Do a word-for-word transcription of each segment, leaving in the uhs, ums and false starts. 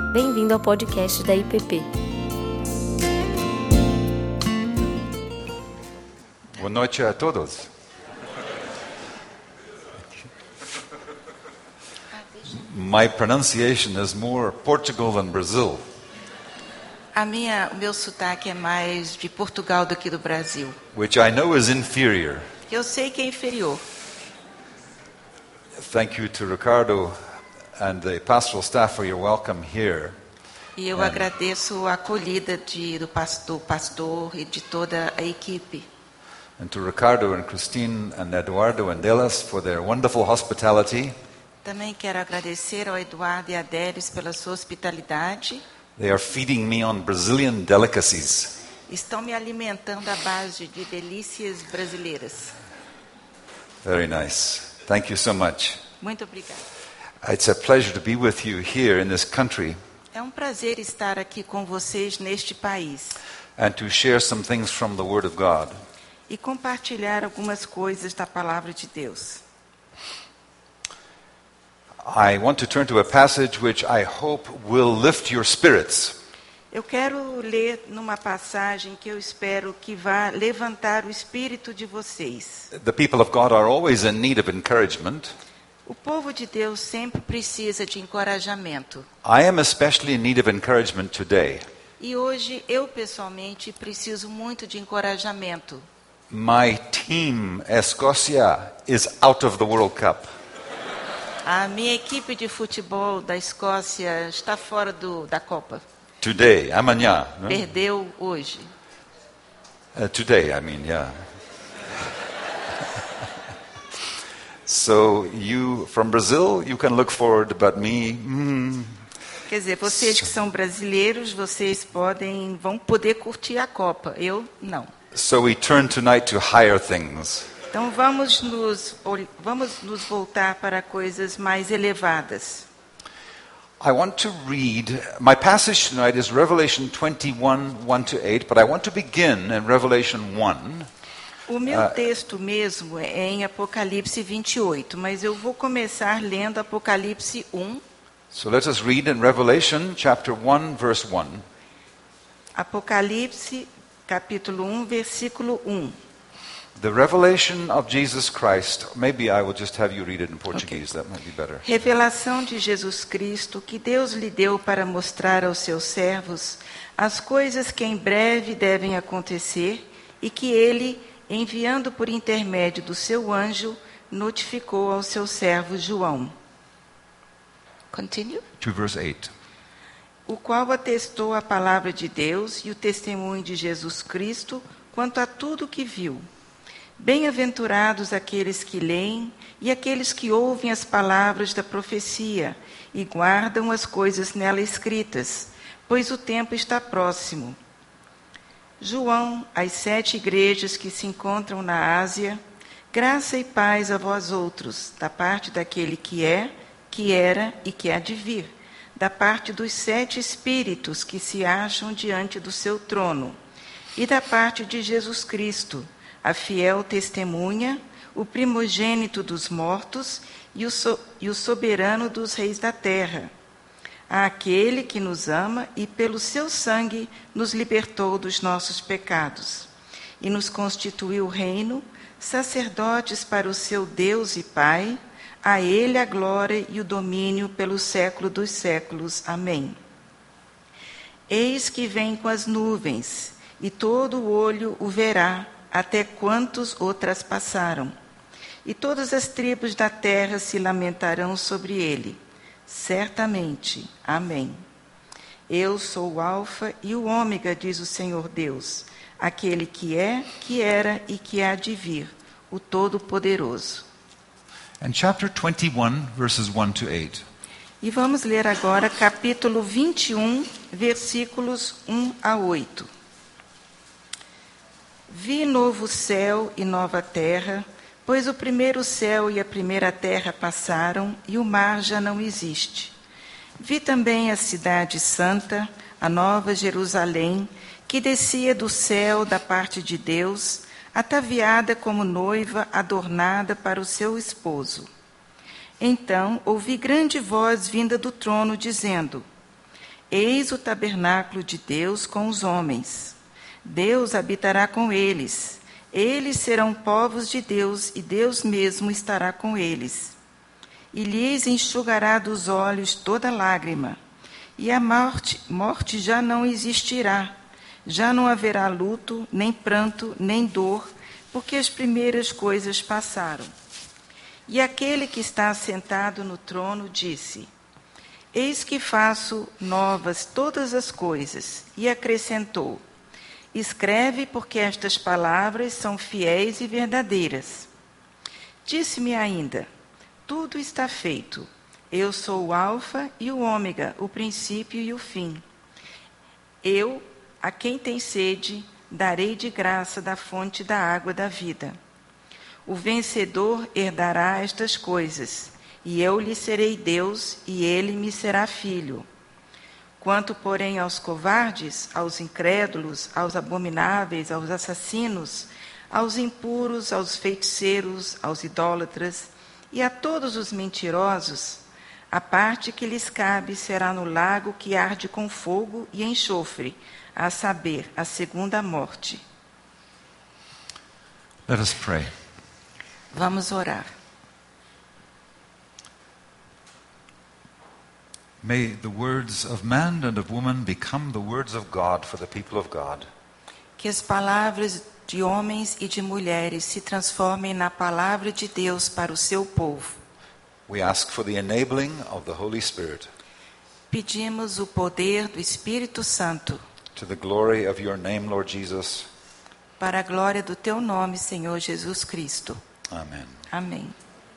Bem-vindo ao podcast da I P P. Boa noite a todos. My pronunciation is more Portugal than Brazil. A minha, o meu sotaque é mais de Portugal do que do Brasil. Which I know is inferior. Eu sei que é inferior. Thank you to Ricardo and the pastoral staff for your welcome here. E eu And agradeço a acolhida de, do pastor, pastor e de toda a equipe. And to Ricardo and Christine and Eduardo and Delas for their wonderful hospitality. Também quero agradecer ao Eduardo e a Délis pela sua hospitalidade. They are feeding me on Brazilian delicacies. Estão me alimentando à base de delícias brasileiras. Very nice. Thank you so much. Muito obrigada. It's a pleasure to be with you here in this country É um prazer estar aqui com vocês neste país and to share some things from the Word of God. e compartilhar algumas coisas da palavra de Deus. I want to turn to a passage which I hope will lift your spirits. Eu quero ler numa passagem que eu espero que vá levantar o espírito de vocês. The people of God are always in need of encouragement. O povo de Deus sempre precisa de encorajamento. I am especially in need of encouragement today. E hoje eu pessoalmente preciso muito de encorajamento. My team, Escócia, is out of the World Cup. A minha equipe de futebol da Escócia está fora do, da Copa. Today, amanhã. No? Perdeu hoje. Uh, today, I mean, yeah. So you, from Brazil, you can look forward, but me, mm, Quer dizer, vocês que são brasileiros, vocês podem, vão poder curtir a Copa. Eu não. so we turn tonight to higher things. Então vamos nos, vamos nos voltar para coisas mais elevadas. I want to read, my passage tonight is Revelation twenty-one, one to eight, but I want to begin in Revelation one. O meu texto mesmo é em Apocalipse vinte e oito, mas eu vou começar lendo Apocalipse um. So let us read in Revelation chapter one, verse one. Apocalipse capítulo um, versículo um. The revelation of Jesus Christ, maybe I will just have you read it in Portuguese, that might be better. Revelação de Jesus Cristo que Deus lhe deu para mostrar aos seus servos as coisas que em breve devem acontecer e que ele, enviando por intermédio do seu anjo, notificou ao seu servo João. Continue. To verse eight. O qual atestou a palavra de Deus e o testemunho de Jesus Cristo quanto a tudo que viu. Bem-aventurados aqueles que leem e aqueles que ouvem as palavras da profecia e guardam as coisas nela escritas, pois o tempo está próximo. João, às sete igrejas que se encontram na Ásia, graça e paz a vós outros, da parte daquele que é, que era e que há de vir, da parte dos sete espíritos que se acham diante do seu trono, e da parte de Jesus Cristo, a fiel testemunha, o primogênito dos mortos e o, so, e o soberano dos reis da terra, àquele que nos ama e pelo seu sangue nos libertou dos nossos pecados e nos constituiu reino, sacerdotes para o seu Deus e Pai, a ele a glória e o domínio pelo século dos séculos. Amém. Eis que vem com as nuvens, e todo o olho o verá, até quantos o traspassaram. E todas as tribos da terra se lamentarão sobre ele. Certamente. Amém. Eu sou o Alfa e o Ômega, diz o Senhor Deus, aquele que é, que era e que há de vir, o Todo-Poderoso. And chapter twenty-one, verses one to eight. E vamos ler agora capítulo vinte e um, versículos um a oito. Vi novo céu e nova terra, pois o primeiro céu e a primeira terra passaram e o mar já não existe. Vi também a cidade santa, a nova Jerusalém, que descia do céu da parte de Deus, ataviada como noiva adornada para o seu esposo. Então ouvi grande voz vinda do trono, dizendo: Eis o tabernáculo de Deus com os homens. Deus habitará com eles. Eles serão povos de Deus, e Deus mesmo estará com eles. E lhes enxugará dos olhos toda lágrima. E a morte, morte já não existirá. Já não haverá luto, nem pranto, nem dor, porque as primeiras coisas passaram. E aquele que está assentado no trono disse: Eis que faço novas todas as coisas. E acrescentou: Escreve, porque estas palavras são fiéis e verdadeiras. Disse-me ainda: Tudo está feito. Eu sou o Alfa e o Ômega, o princípio e o fim. Eu, a quem tem sede, darei de graça da fonte da água da vida. O vencedor herdará estas coisas, e eu lhe serei Deus, e ele me será filho. Quanto, porém, aos covardes, aos incrédulos, aos abomináveis, aos assassinos, aos impuros, aos feiticeiros, aos idólatras e a todos os mentirosos, a parte que lhes cabe será no lago que arde com fogo e enxofre, a saber, a segunda morte. Let us pray. Vamos orar. May the words of man and of woman become the words of God for the people of God. Que as palavras de homens e de mulheres se transformem na palavra de Deus para o seu povo. We ask for the enabling of the Holy Spirit Pedimos o poder do Espírito Santo to the glory of your name, Lord Jesus. para a glória do teu nome, Senhor Jesus Cristo. Amen. Amém.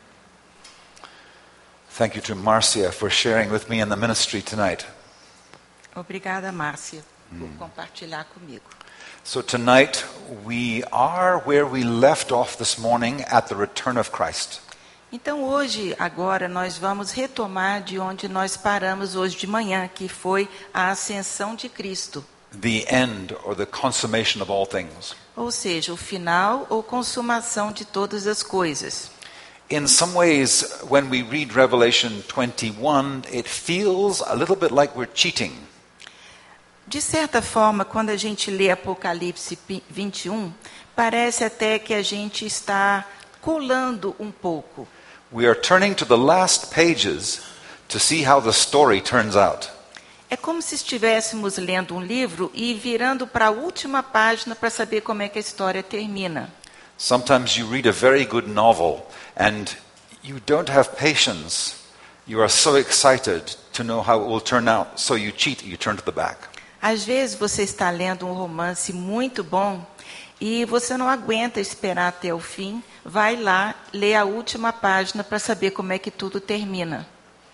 Thank you to Marcia for sharing with me in the ministry tonight. Obrigada, Márcia, por compartilhar comigo. So tonight we are where we left off this morning at the return of Christ. Então hoje, agora, nós vamos retomar de onde nós paramos hoje de manhã, que foi a ascensão de Cristo. The end or the consummation of all things. Ou seja, o final ou consumação de todas as coisas. In some ways, when we read Revelation twenty-one, it feels a little bit like we're cheating. De certa forma, quando a gente lê Apocalipse vinte e um, parece até que a gente está colando um pouco. We are turning to the last pages to see how the story turns out. É como se estivéssemos lendo um livro e virando para a última página para saber como é que a história termina. Sometimes you read a very good novel and you don't have patience. You are so excited to know how it will turn out, so you cheat, you turn to the back. Às vezes você está lendo um romance muito bom e você não aguenta esperar até o fim, vai lá, lê a última página para saber como é que tudo termina.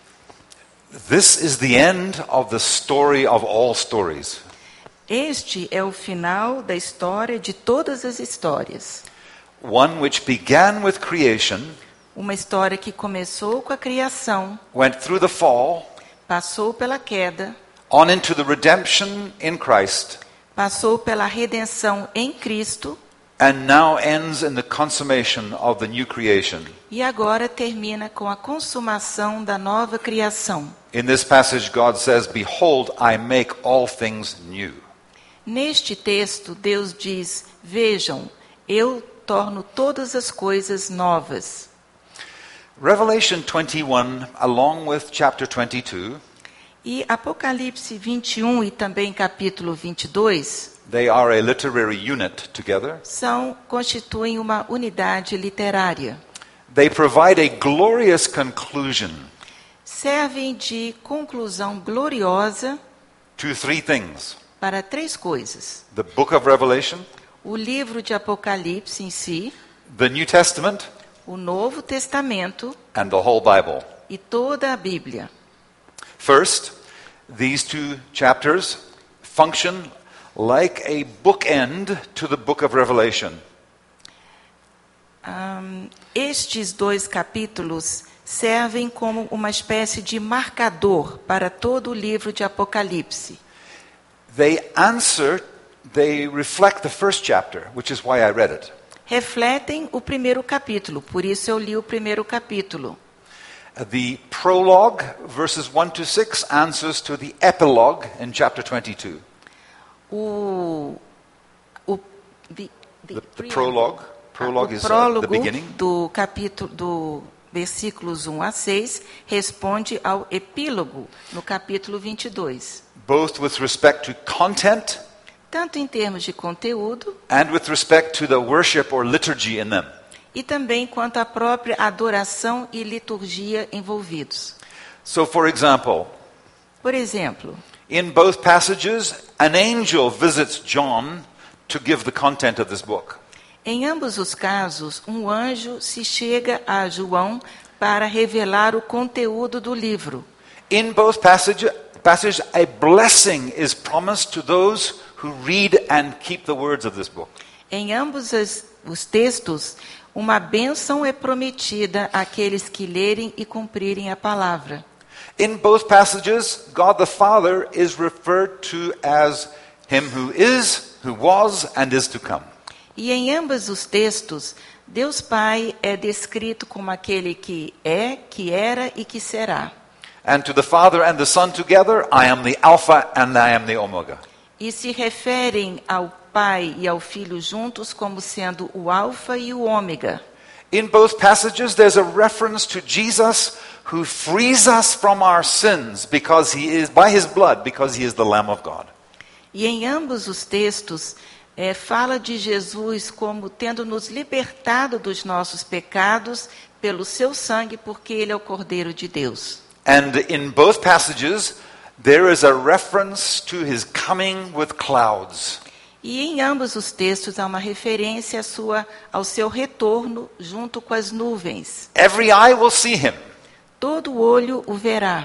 This is the end of the story of all stories. Este é o final da história de todas as histórias. One which began with creation, Uma história que começou com a criação, went through the fall, passou pela queda, on into the redemption in Christ, passou pela redenção em Cristo and now ends in the consummation of the new creation. e agora termina com a consumação da nova criação. In this passage, God says, "Behold, I make all things new." Neste texto, Deus diz: Vejam, eu torno todas as coisas novas. Revelation twenty-one, along with chapter twenty-two, E Apocalipse vinte e um e também capítulo vinte e dois they are a literary unit together. são, constituem uma unidade literária. They provide a glorious conclusion Servem de conclusão gloriosa to three things: para três coisas. the book of Revelation, O livro de Apocalipse em si, the New Testament, o Novo Testamento and the whole Bible. e toda a Bíblia. First, these two chapters function like a bookend to the book of Revelation. Um, estes dois capítulos servem como uma espécie de marcador para todo o livro de Apocalipse. They answer, they reflect the first chapter, which is why I read it. Refletem o primeiro capítulo, por isso eu li o primeiro capítulo. The prologue, verses one to six, answers to the epilogue in chapter twenty-two. O, o the, the, The, the prologue, prologue o is uh, prólogo the beginning. do capítulo do versículos um a seis responde ao epílogo no capítulo vinte e dois. Both with respect to content Tanto em termos de conteúdo and with respect to the worship or liturgy in them. e também quanto à própria adoração e liturgia envolvidos. So, for example, Por exemplo, in both passages, an angel visits John to give the content of this book. em ambos os casos, um anjo se chega a João para revelar o conteúdo do livro. In both passage, passages, a blessing is promised to those who read and keep the words of this book. Em ambos as, os textos, uma bênção é prometida àqueles que lerem e cumprirem a palavra. In both passages, God the Father is referred to as Him who is, who was, and is to come. E em ambos os textos, Deus Pai é descrito como aquele que é, que era e que será. And to the Father and the Son together, I am the Alpha and I am the Omega. E se referem ao Pai e ao Filho juntos como sendo o Alfa e o Ômega. In both passages, there's a reference to Jesus who frees us from our sins because he is, by his blood, because he is the Lamb of God. E em ambos os textos, é, fala de Jesus como tendo nos libertado dos nossos pecados pelo seu sangue, porque ele é o Cordeiro de Deus. And in both passages, there is a reference to his coming with clouds. E em ambos os textos há uma referência à sua, ao seu retorno junto com as nuvens. Every eye will see him. Todo olho o verá.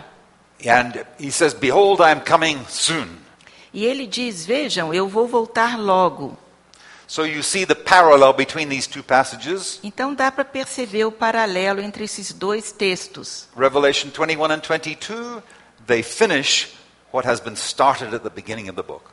And he says, behold, I am coming soon. E ele diz, vejam, eu vou voltar logo. So you see the parallel between these two passages. Então dá para perceber o paralelo entre esses dois textos. Revelation twenty-one and twenty-two, they finish what has been started at the beginning of the book.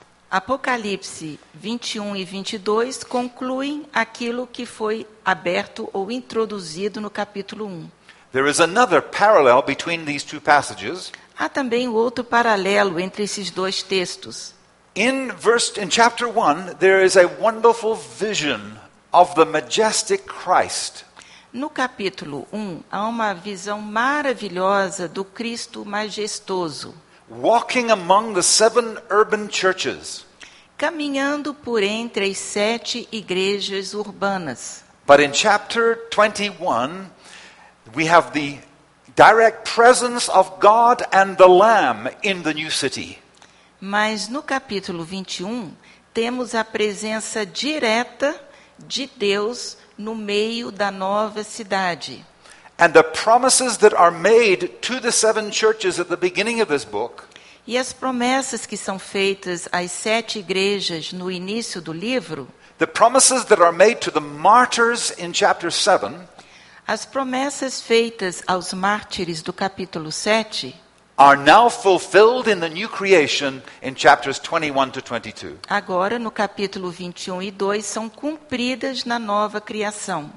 Apocalipse vinte e um e vinte e dois concluem aquilo que foi aberto ou introduzido no capítulo um. There is another parallel between these two passages. Há também outro paralelo entre esses dois textos. In verse in chapter one, there is a wonderful vision of the majestic Christ. No capítulo um, há uma visão maravilhosa do Cristo majestoso, Walking among the seven urban churches. caminhando por entre as sete igrejas urbanas. But in chapter twenty-one, we have the direct presence of God and the Lamb in the new city. Mas no capítulo vinte e um, temos a presença direta de Deus no meio da nova cidade. And the promises that are made to the seven churches at the beginning of this book E as promessas que são feitas às sete igrejas no início do livro, The promises that are made to the martyrs in chapter seven as promessas feitas aos mártires do capítulo sete, are now fulfilled in the new creation in chapters twenty-one to twenty-two. agora no capítulo vinte e um e dois, são cumpridas na nova criação.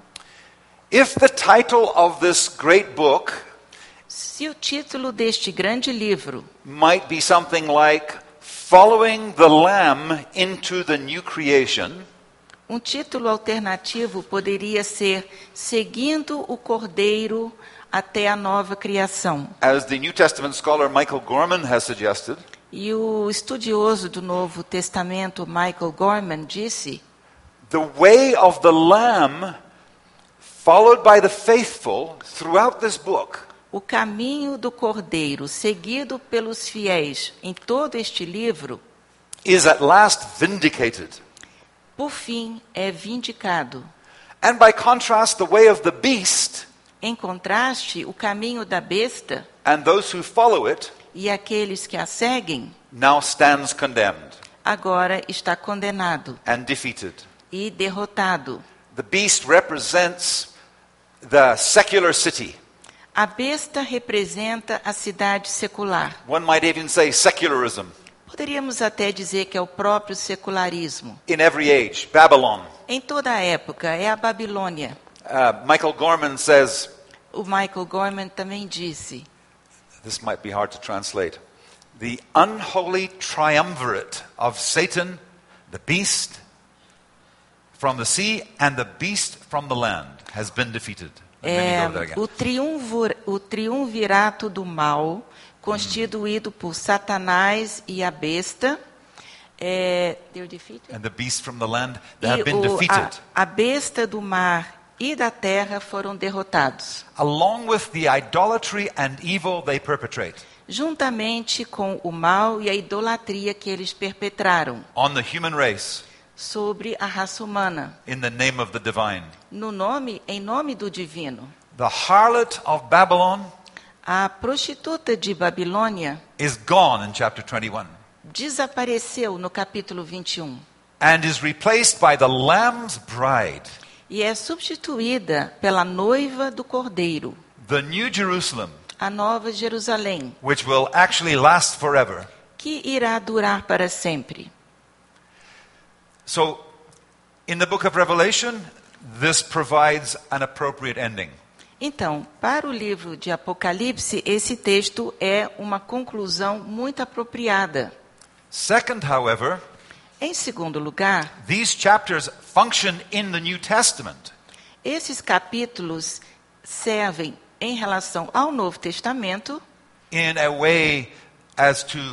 If the title of this great book Se o título deste grande livro might be something like Following the Lamb into the New Creation, um título alternativo poderia ser Seguindo o Cordeiro até a nova criação. as the New Testament scholar Michael Gorman has suggested, E o estudioso do Novo Testamento, Michael Gorman, disse: the way of the Lamb followed by the faithful throughout this book o caminho do Cordeiro, seguido pelos fiéis em todo este livro, is at last vindicated. por fim é vindicado. And by contrast, the way of the beast Em contraste, o caminho da besta and those who follow it e aqueles que a seguem now stands condemned agora está condenado and defeated. e derrotado. The beast represents the secular city. A besta representa a cidade secular. One might even say secularism Poderíamos até dizer que é o próprio secularismo. in every age. Babylon. Em toda a época, é a Babilônia. Uh, Michael Gorman says o Michael Gorman também disse, this might be hard to translate, the unholy triumvirate of Satan, the beast from the sea, and the beast from the land has been defeated. Let me é, go there again. o, triunvir, o triunvirato do mal, constituído por Satanás e a besta, é, they're defeated? And the beast from the land, they have E been o, defeated. a, a besta do mar e da terra foram derrotados, Along with the idolatry and evil they perpetrate juntamente com o mal e a idolatria que eles perpetraram on the human race sobre a raça humana, in the name of the divine. no nome, em nome do divino. The harlot of Babylon A prostituta de Babilônia is gone in chapter twenty-one desapareceu no capítulo vinte e um and is replaced by the Lamb's bride, e é substituída pela noiva do Cordeiro, the New Jerusalem, a nova Jerusalém, which will actually last forever. que irá durar para sempre. So, in the book of Revelation, this provides an appropriate ending. Então, para o livro de Apocalipse, esse texto é uma conclusão muito apropriada. Second, however, Em segundo lugar, these chapters function in the New Testament esses capítulos servem em relação ao Novo Testamento in a way as to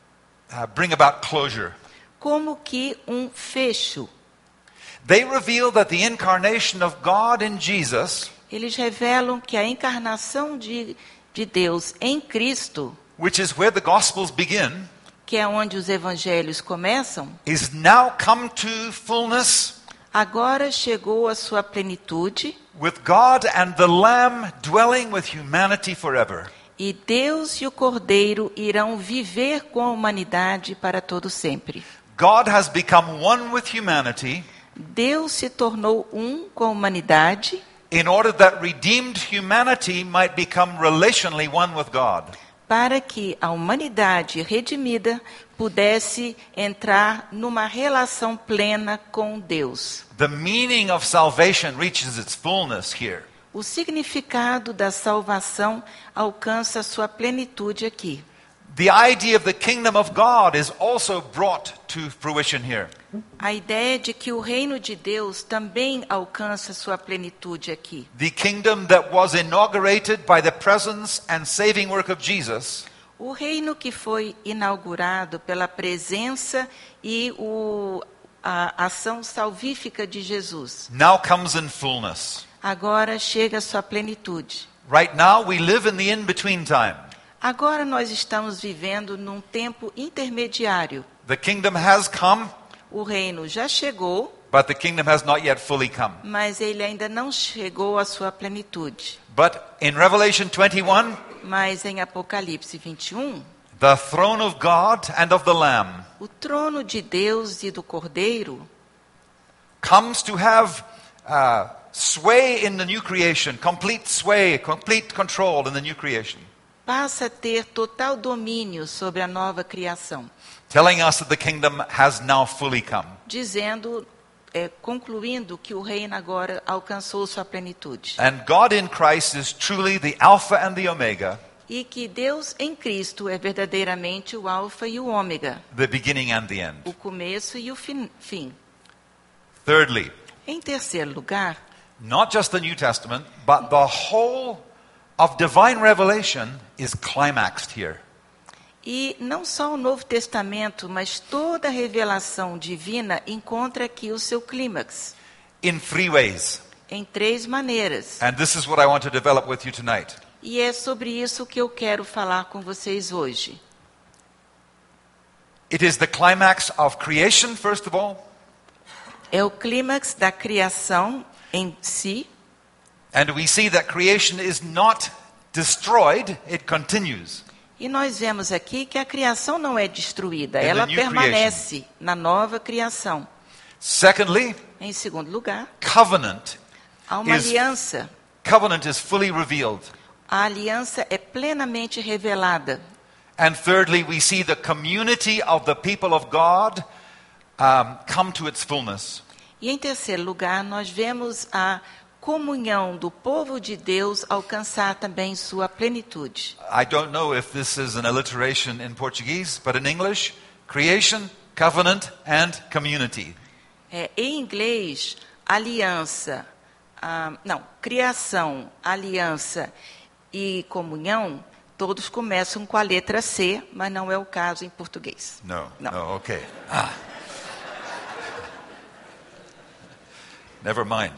uh, bring about closure. como que um fecho. They reveal that the incarnation of God in Jesus, Eles revelam que a encarnação de, de Deus em Cristo, which is where the Gospels begin, que é onde os evangelhos começam, is now come to fullness agora chegou à sua plenitude with God and the Lamb dwelling with humanity forever. e Deus e o Cordeiro irão viver com a humanidade para todo sempre. God has become one with humanity Deus se tornou um com a humanidade in order that redeemed humanity might become relationally one with God. para que a humanidade redimida pudesse entrar numa relação plena com Deus. The meaning of salvation reaches its fullness here. O significado da salvação alcança sua plenitude aqui. The idea of the kingdom of God is also brought to fruition here. A ideia de que o reino de Deus também alcança sua plenitude aqui. The kingdom that was inaugurated by the presence and saving work of Jesus O reino que foi inaugurado pela presença e o, a ação salvífica de Jesus, now comes in fullness. agora chega à sua plenitude. Right now we live in the in-between time. Agora nós estamos vivendo num tempo intermediário. The kingdom has come, O reino já chegou, but the kingdom has not yet fully come. mas ele ainda não chegou à sua plenitude. But in Revelation twenty-one, Mas em Apocalipse vinte e um, the throne of God and of the Lamb o trono de Deus e do Cordeiro comes to have uh, sway in the new creation, complete sway, complete control in the new creation, passa a ter total domínio sobre a nova criação, telling us that the kingdom has now fully come. dizendo, é, concluindo que o reino agora alcançou sua plenitude. And God in Christ is truly the Alpha and the Omega, E que Deus em Cristo é verdadeiramente o alfa e o ômega, the beginning and the end. o começo e o fin- fim. Thirdly, Em terceiro lugar, not just the New Testament, but the whole of divine revelation is climaxed here. e não só o Novo Testamento, mas toda a revelação divina encontra aqui o seu clímax, In three ways. em três maneiras. And this is what I want to develop with you tonight. E é sobre isso que eu quero falar com vocês hoje. It is the climax of creation, first of all, É o clímax da criação em si, and we see that creation is not destroyed, it continues. e nós vemos aqui que a criação não é destruída, In the ela new permanece na nova criação. Secondly, Em segundo lugar, covenant. há uma Is- aliança. Covenant is fully revealed. A aliança é plenamente revelada. And thirdly, we see the community of the people of God um, come to its fullness. E em terceiro lugar, nós vemos a comunhão do povo de Deus alcançar também sua plenitude. I don't know if this is an alliteration in Portuguese, but in English, creation, covenant, and community. É, em inglês, aliança, ah, não, criação, aliança e comunhão, todos começam com a letra C, mas não é o caso em português. No, Não. no, okay. Ah. Never mind.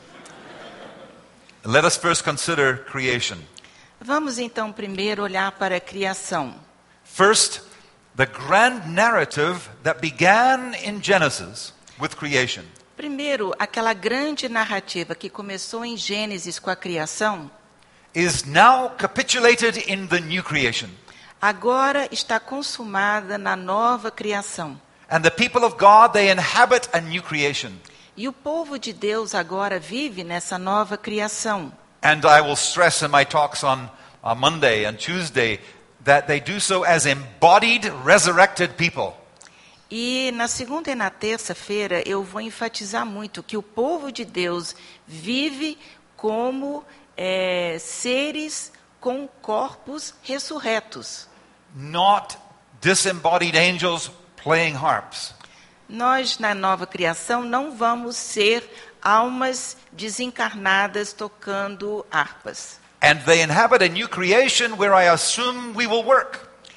Let us first consider creation. Vamos então primeiro olhar para a criação. First, the grand narrative that began in Genesis with creation Primeiro, aquela grande narrativa que começou em Gênesis com a criação, is now capitulated in the new creation. agora está consumada na nova criação. And the people of God, they inhabit a new creation. E o povo de Deus agora vive nessa nova criação. And I will stress in my talks on, on Monday and Tuesday that they do so as embodied, resurrected people. E na segunda e na terça-feira eu vou enfatizar muito que o povo de Deus vive como é, seres com corpos ressurretos. Not disembodied angels playing harps. Nós, na nova criação, não vamos ser almas desencarnadas tocando harpas. And they inhabit a new creation where I assume we will work.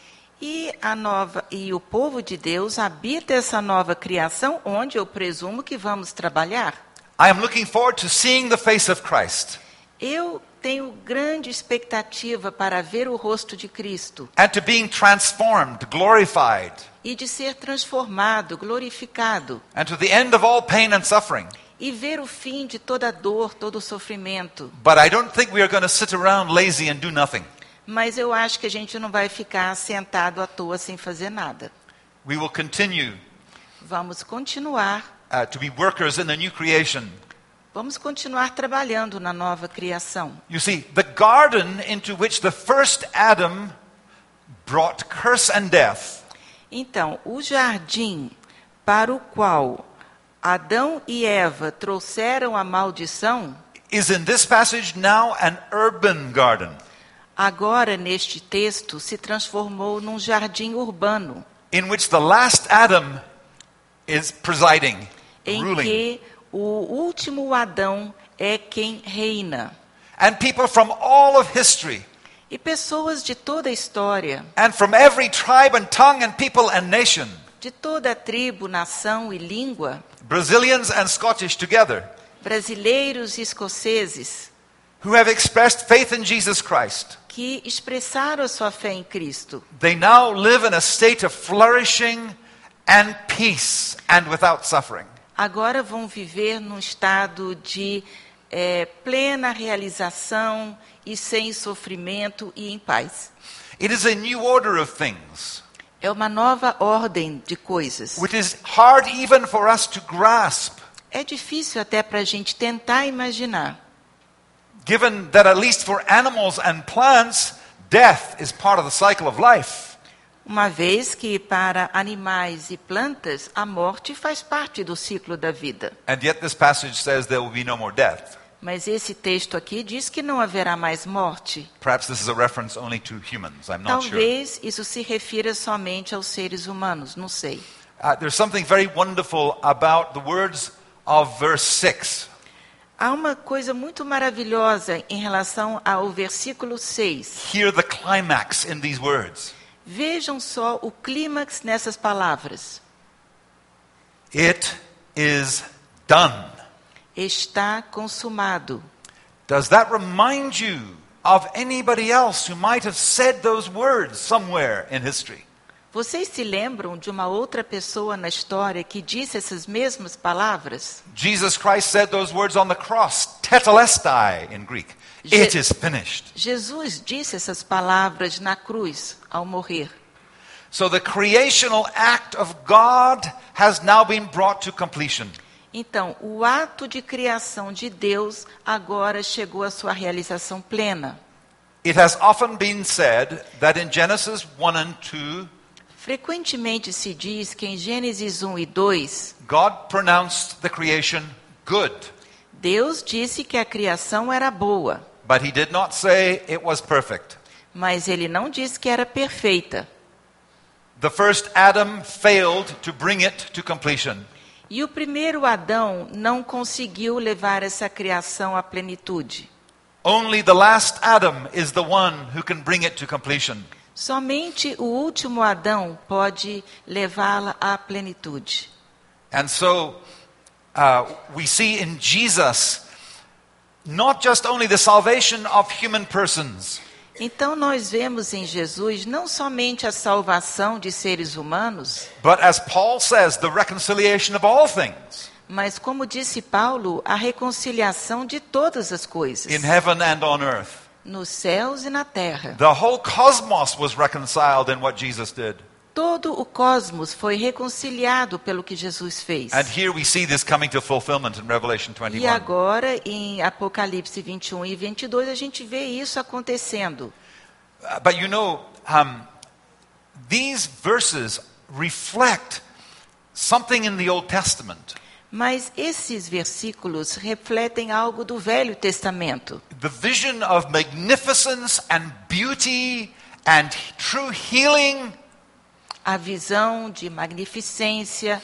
E, a nova, e o povo de Deus habita essa nova criação, onde eu presumo que vamos trabalhar. I am looking forward to seeing the face of Christ Eu tenho grande expectativa para ver o rosto de Cristo and to being transformed, glorified, e de ser transformado, glorificado, and to the end of all pain and suffering. e ver o fim de toda dor, todo sofrimento. But I don't think we are going to sit around lazy and do nothing. Mas eu acho que a gente não vai ficar sentado à toa sem fazer nada. We will continue Vamos continuar, uh, to be workers in the new creation. vamos continuar trabalhando na nova criação. You see, the garden into which the first Adam brought curse and death Então, o jardim para o qual Adão e Eva trouxeram a maldição, is in this passage now an urban garden agora neste texto se transformou num jardim urbano, in which the last Adam is presiding, em ruling. que o último Adão é quem reina. And people from all of history E pessoas de toda a história, and from every tribe and tongue and people and nation, de toda a tribo, nação e língua, Brazilians and Scottish together, brasileiros e escoceses, who have expressed faith in Jesus Christ, que expressaram a sua fé em Cristo, they now live in a state of flourishing and peace and without suffering. agora vão viver num estado de é, plena realização e sem sofrimento e em paz. It is a new order of things, É uma nova ordem de coisas. which is hard even for us to grasp, É difícil até para a gente tentar imaginar. given that at least for animals and plants, death is part of the cycle of life. Uma vez que para animais e plantas, a morte faz parte do ciclo da vida. And yet this passage says there will be no more death. Mas esse texto aqui diz que não haverá mais morte. Perhaps this is a reference only to humans. I'm not sure. Talvez isso se refira somente aos seres humanos, não sei. Uh, there's something very wonderful about the words of verse six. Há uma coisa muito maravilhosa em relação ao versículo seis. Hear the climax in these words. Vejam só o clímax nessas palavras. It is done. Está consumado. Does that remind you of anybody else who might have said those words somewhere in history? Vocês se lembram de uma outra pessoa na história que disse essas mesmas palavras? Jesus Christ said those words on the cross, tetelestai in Greek. It Je- is finished. Jesus disse essas palavras na cruz ao morrer. So the creational act of God has now been brought to completion. Então, o ato de criação de Deus agora chegou à sua realização plena. It has often been said that in Genesis one and two, Frequentemente se diz que em Gênesis um e dois, God pronounced the creation good. Deus disse que a criação era boa, but he did not say it was perfect. mas ele não disse que era perfeita. The first Adam failed to bring it to completion. E o primeiro Adão não conseguiu levar essa criação à plenitude. Only the last Adam is the one who can bring it to completion. Somente o último Adão pode levá-la à plenitude. And so uh, we see in Jesus not just only the salvation of human persons, Então nós vemos em Jesus não somente a salvação de seres humanos, but as Paul says, the reconciliation of all things mas como disse Paulo, a reconciliação de todas as coisas, in heaven and on earth. nos céus e na terra. The whole cosmos was reconciled in what Jesus did. Todo o cosmos foi reconciliado pelo que Jesus fez. And here we see this coming to fulfillment in Revelation E twenty-one. agora, em Apocalipse vinte e um e vinte e dois, a gente vê isso acontecendo. Uh, But you know, um, these verses reflect something in the Old Testament. Mas esses versículos refletem algo do Velho Testamento. The vision of magnificence and beauty and true healing, A visão de magnificência,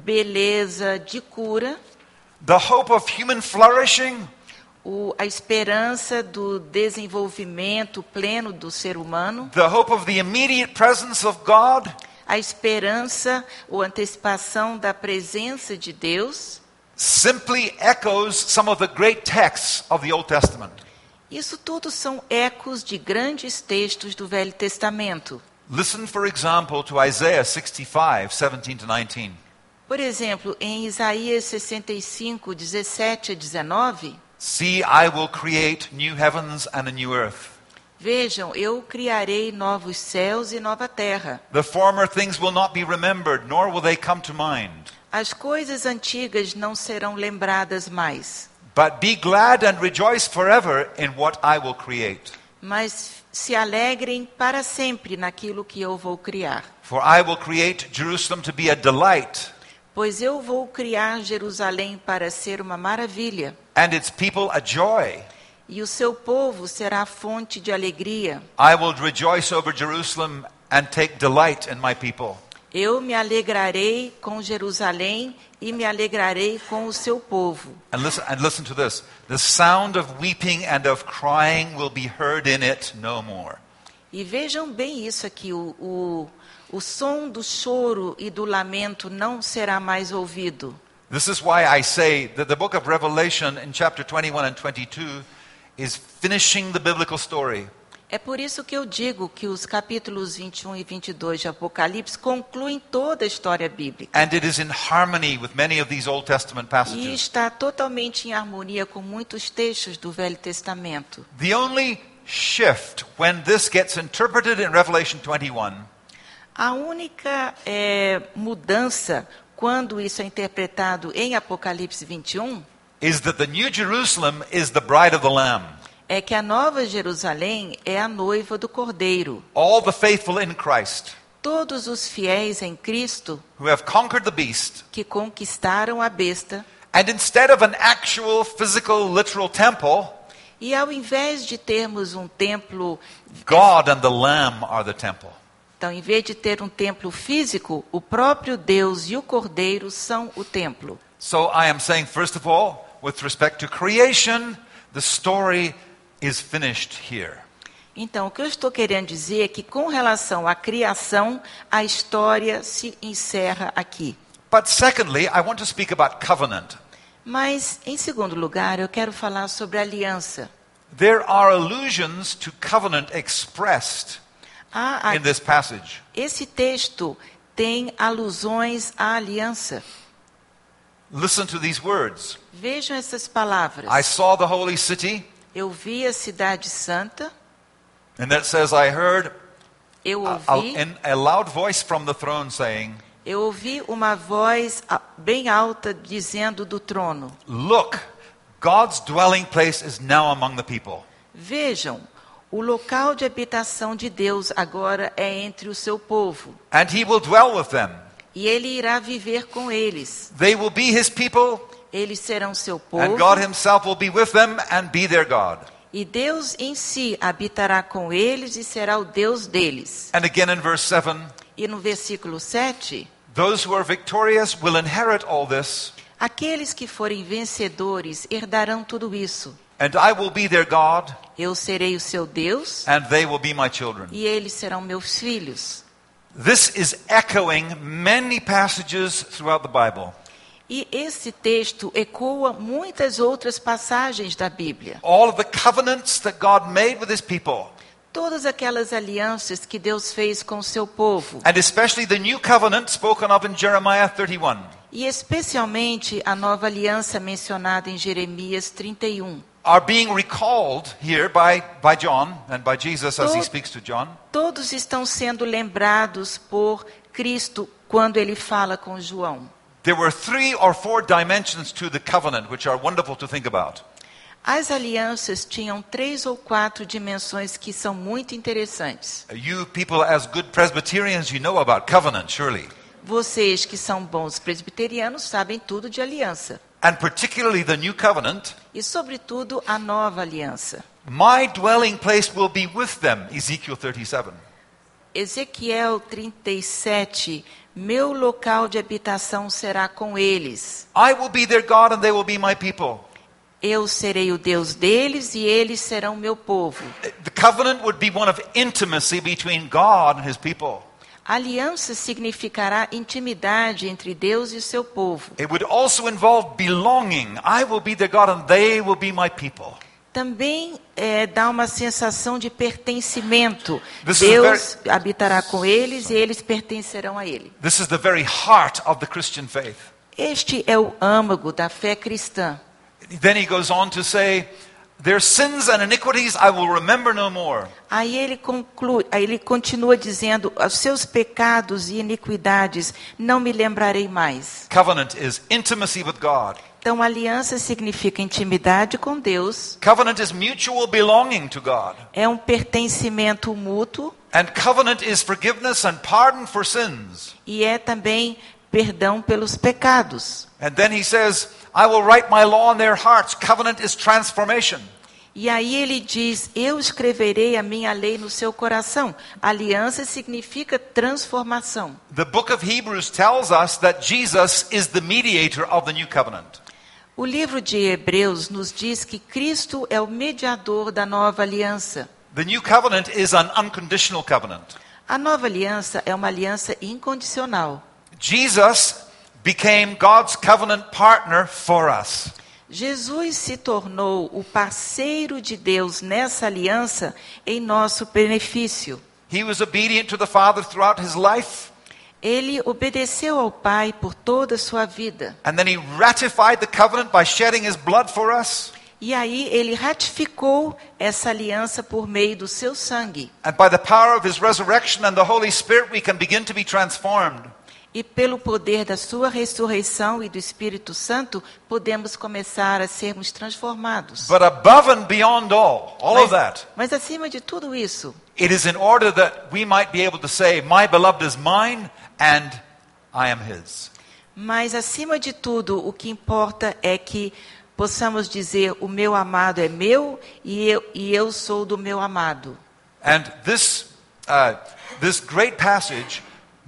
beleza, de cura, the hope of human flourishing, o, a esperança do desenvolvimento pleno do ser humano, the hope of the immediate presence of God, a esperança ou antecipação da presença de Deus. simply echoes some of the great texts of the Old Testament. Isso tudo são ecos de grandes textos do Velho Testamento. Listen, for example, to Isaiah sixty-five, seventeen to nineteen. Por exemplo, em Isaías sessenta e cinco, dezessete a dezenove, See, I will create new heavens and a new earth. vejam, eu criarei novos céus e nova terra. The former things will not be remembered, nor will they come to mind. As coisas antigas não serão lembradas mais, But be glad and rejoice forever in what I will create. mas se alegrem para sempre naquilo que eu vou criar. For I will create Jerusalem to be a delight, Pois eu vou criar Jerusalém para ser uma maravilha, and its people a joy. e o seu povo será fonte de alegria. I will rejoice over Jerusalem and take delight in my people. Eu me alegrarei com Jerusalém e me alegrarei com o seu povo. And listen, and listen to this. The sound of weeping and of crying will be heard in it no more. E vejam bem isso aqui, o, o, o som do choro e do lamento não será mais ouvido. This is why I say that the book of Revelation in chapter twenty-one and twenty-two is finishing the biblical story. É por isso que eu digo que os capítulos vinte e um e vinte e dois de Apocalipse concluem toda a história bíblica. And it is in harmony with many of these Old Testament E passages. está totalmente em harmonia com muitos textos do Velho Testamento. The only shift when this gets interpreted in Revelation twenty-one A única eh, mudança quando isso é interpretado em Apocalipse vinte e um is that the New Jerusalem is the bride of the Lamb. é que a Nova Jerusalém é a noiva do Cordeiro. All the faithful in Christ Todos os fiéis em Cristo who have conquered the beast, que conquistaram a besta, and instead of an actual physical literal temple, e ao invés de termos um templo, God and the Lamb are the temple. então em vez de ter um templo físico, o próprio Deus e o Cordeiro são o templo. So I am saying, first of all, with respect to creation, the story is finished here. Então, o que eu estou querendo dizer é que com relação à criação, a história se encerra aqui. But secondly, I want to speak about covenant. Mas, em segundo lugar, eu quero falar sobre aliança. There are allusions to covenant expressed Há, in this passage. esse texto tem alusões à aliança. Listen to these words. Vejam essas palavras. I saw the holy city, Eu vi a cidade santa, and that says, I heard eu a, a, ouvi, in a loud voice from the throne saying, eu ouvi uma voz ah, bem alta dizendo do trono: Look, God's dwelling place is now among the people. Vejam, o local de habitação de Deus agora é entre o seu povo, And he will dwell with them. e ele irá viver com eles. They will be his people, Eles serão seu And povo. God himself will be with them and be their God. E Deus em si habitará com eles e será o Deus deles. And again in verse seven, E no versículo sete, those who are victorious will inherit all this, aqueles que forem vencedores herdarão tudo isso. and I will be their God, Eu serei o seu Deus and they will be my children. e eles serão meus filhos. This is echoing many passages throughout the Bible. E esse texto ecoa muitas outras passagens da Bíblia. All of the covenants that God made with his people, Todas aquelas alianças que Deus fez com o seu povo. and especially the new covenant spoken of in Jeremiah thirty-one, E especialmente a nova aliança mencionada em Jeremias trinta e um. are being recalled here by, by John and by Jesus as he To- speaks to John. Todos estão sendo lembrados por Cristo quando ele fala com João. There were three or four dimensions to the covenant which are wonderful to think about. As alianças tinham três ou quatro dimensões que são muito interessantes. You people as good Presbyterians, you know about covenant, surely. Vocês que são bons presbiterianos sabem tudo de aliança. And particularly the new covenant. E, sobretudo, a nova aliança. My dwelling place will be with them, Ezekiel thirty-seven. Ezequiel trinta e sete, meu local de habitação será com eles. I will be their God and they will be my people. Eu serei o Deus deles e eles serão meu povo. The covenant would be one of intimacy between God and his people. Aliança significará intimidade entre Deus e o seu povo. It would also involve belonging. I will be their God and they will be my people. Também é, dá uma sensação de pertencimento. This is Deus habitará com eles e eles pertencerão a ele. This is the very heart of the Christian faith. Este é o âmago da fé cristã. Then he goes on to say, their sins and iniquities I will remember no more. Aí ele conclui, aí ele continua dizendo, os seus pecados e iniquidades não me lembrarei mais. Covenant is intimacy with God. Então, aliança significa intimidade com Deus, Covenant is mutual belonging to God. é um pertencimento mútuo And covenant is forgiveness and pardon for sins. e é também perdão pelos pecados. And then he says, I will write my law in their hearts. Covenant is transformation. E aí ele diz, eu escreverei a minha lei no seu coração. Aliança significa transformação. The book of Hebrews tells us that Jesus is the mediator of the new covenant. O livro de Hebreus nos diz que Cristo é o mediador da nova aliança. The new covenant is an unconditional covenant. A nova aliança é uma aliança incondicional. Jesus became God's covenant partner for us. Jesus se tornou o parceiro de Deus nessa aliança em nosso benefício. He was obedient to the Father throughout his life. Ele obedeceu ao Pai por toda a sua vida. And then he ratified the covenant by shedding his blood for us. E aí ele ratificou essa aliança por meio do seu sangue. And by the power of his resurrection and the Holy Spirit, we can begin to be transformed. E pelo poder da sua ressurreição e do Espírito Santo, podemos começar a sermos transformados. But above and beyond all, all of Mas, that, mas acima de tudo isso, it is in order that we might be able to say, my beloved is mine and I am his. mas acima de tudo, o que importa é que possamos dizer, o meu amado é meu e eu, e eu sou do meu amado. And this, uh, this great passage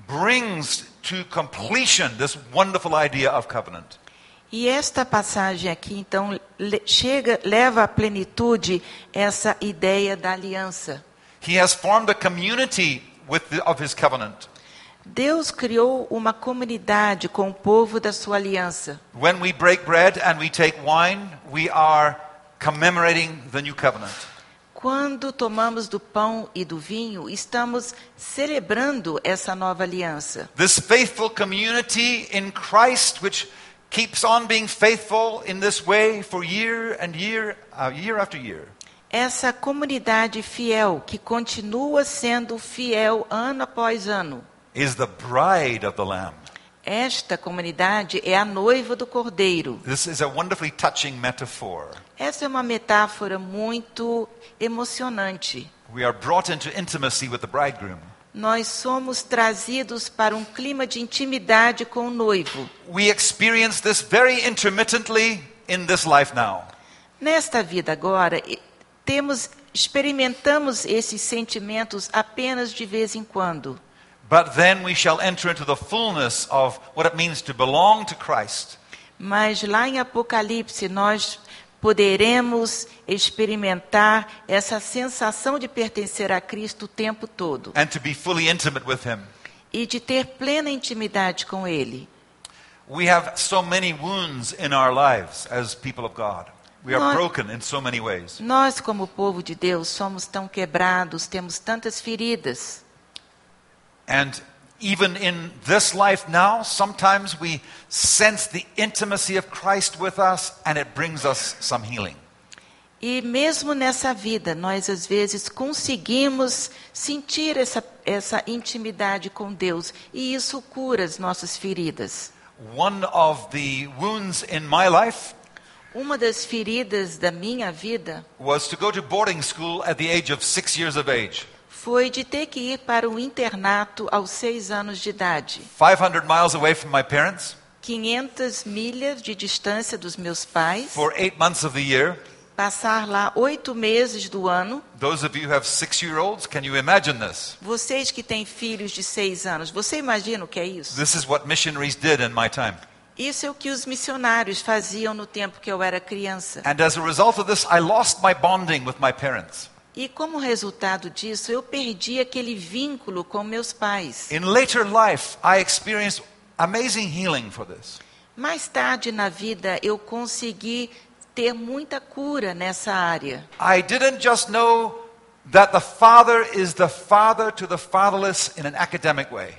brings to completion this wonderful idea of covenant. E esta passagem aqui, então, le- chega, leva à plenitude essa ideia da aliança. He has formed a community with the, of his covenant. Deus criou uma comunidade com o povo da sua aliança. When we break bread and we take wine, we are commemorating the new covenant. Quando tomamos do pão e do vinho, estamos celebrando essa nova aliança. This faithful community in Christ, which keeps on being faithful in this way for year and year, uh, year after year. Essa comunidade fiel, que continua sendo fiel ano após ano. Is the bride of the Lamb. Esta comunidade é a noiva do Cordeiro. This is a wonderfully touching metaphor. Essa é uma metáfora muito emocionante. We are brought into intimacy with the bridegroom. nós somos trazidos para um clima de intimidade com o noivo. We experience this very intermittently in this life now. Nesta vida agora, temos, experimentamos esses sentimentos apenas de vez em quando. But then we shall enter into the fullness of what it means to belong to Christ. Mas lá em Apocalipse nós poderemos experimentar essa sensação de pertencer a Cristo o tempo todo. And to be fully intimate with Him. E de ter plena intimidade com Ele. We have so many wounds in our lives as people of God. We are Nós- broken in so many ways. Nós, como povo de Deus, somos tão quebrados, temos tantas feridas. And even in this life now, sometimes we sense the intimacy of Christ with us and it brings us some healing. E mesmo nessa vida, nós às vezes conseguimos sentir essa, essa intimidade com Deus. E isso cura as nossas feridas. One of the wounds in my life Uma das feridas da minha vida was to go to boarding school at the age of six years of age. foi de ter que ir para o internato aos seis anos de idade. five hundred miles away from my parents quinhentas milhas de distância dos meus pais. for eight months of the year. Passar lá oito meses do ano. Those of you who have six-year-olds, can you imagine this? Vocês que têm filhos de seis anos, você imagina o que é isso? This is what missionaries did in my time. Isso é o que os missionários faziam no tempo que eu era criança. And as a result of this, I lost my bonding with my parents. E como resultado disso, eu perdi aquele vínculo com meus pais. In later life, I experienced amazing healing for this. Mais tarde na vida, eu consegui ter muita cura nessa área. I didn't just know that the Father is the father to the fatherless in an academic way.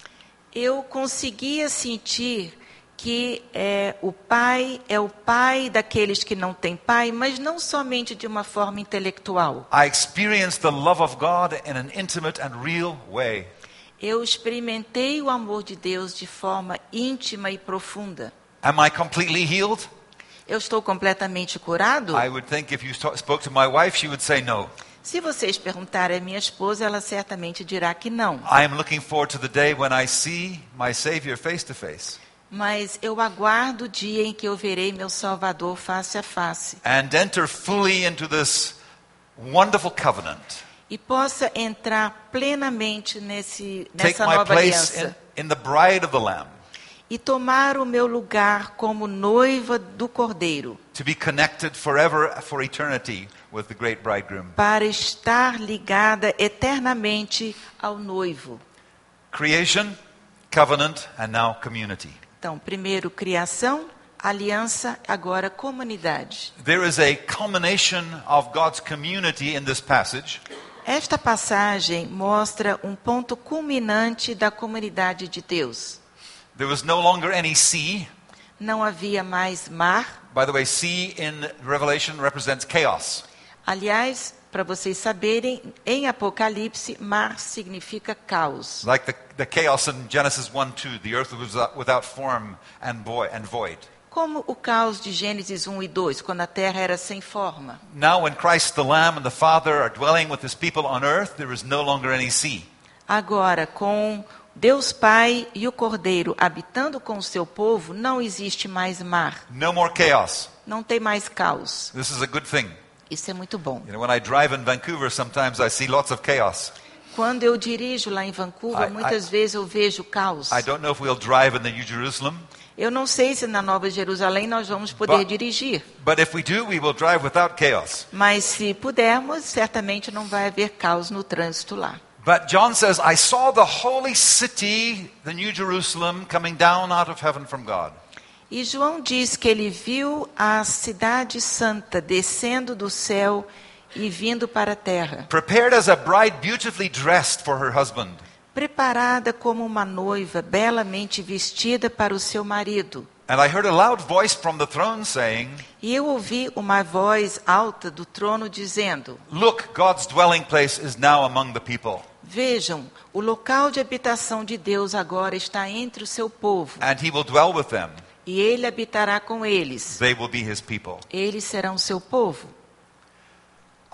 Eu conseguia sentir que é, o pai é o pai daqueles que não têm pai, mas não somente de uma forma intelectual. I experienced the love of God in an intimate and real way. Eu experimentei o amor de Deus de forma íntima e profunda. Am I completely healed? Eu estou completamente curado? I would think if you st- spoke to my wife, she would say no. Se vocês perguntarem à minha esposa, ela certamente dirá que não. I am looking forward to the day when I see my Savior face to face. Mas eu aguardo o dia em que eu verei meu Salvador face a face. And enter fully into this wonderful covenant. E possa entrar plenamente nesse, Take nessa my nova place aliança. in, in the bride of the Lamb. E tomar o meu lugar como noiva do Cordeiro. To be connected forever, for eternity, with the great bridegroom. Para estar ligada eternamente ao noivo. Creation, covenant, and now community. Então, primeiro criação, aliança, agora comunidade. There is a culmination of God's community in this passage. Esta passagem mostra um ponto culminante da comunidade de Deus. There was no longer any sea. Não havia mais mar. By the way, sea in Revelation represents chaos. Aliás, para vocês saberem, em Apocalipse, mar significa caos. Like the, the chaos in Genesis one two, the earth was without, without form and void, and void. Como o caos de Gênesis um e dois, quando a terra era sem forma. Now when Christ the Lamb and the Father are dwelling with his people on earth, there is no longer any sea. Agora, com Deus Pai e o Cordeiro habitando com o seu povo, não existe mais mar. No more chaos. Não tem mais caos. This is a good thing. Isso é muito bom. You know, when I drive in Vancouver, sometimes I see lots of chaos. Quando eu dirijo lá em Vancouver, I- muitas I- vezes eu vejo caos. I don't know if we'll drive in the New Jerusalem, Eu não sei se na Nova Jerusalém nós vamos poder But- dirigir. but if we do, we will drive without chaos. Mas se pudermos, certamente não vai haver caos no trânsito lá. But John says, I saw the holy city, the New Jerusalem, coming down out of heaven from God. E João diz que ele viu a cidade santa descendo do céu e vindo para a terra, Prepared as a bride beautifully dressed for her husband. preparada como uma noiva belamente vestida para o seu marido. And I heard a loud voice from the throne saying, E eu ouvi uma voz alta do trono dizendo: Look, God's dwelling place is now among the people. Vejam, o local de habitação de Deus agora está entre o seu povo, And he will dwell with them. e ele habitará com eles. They will be his people. Eles serão seu povo.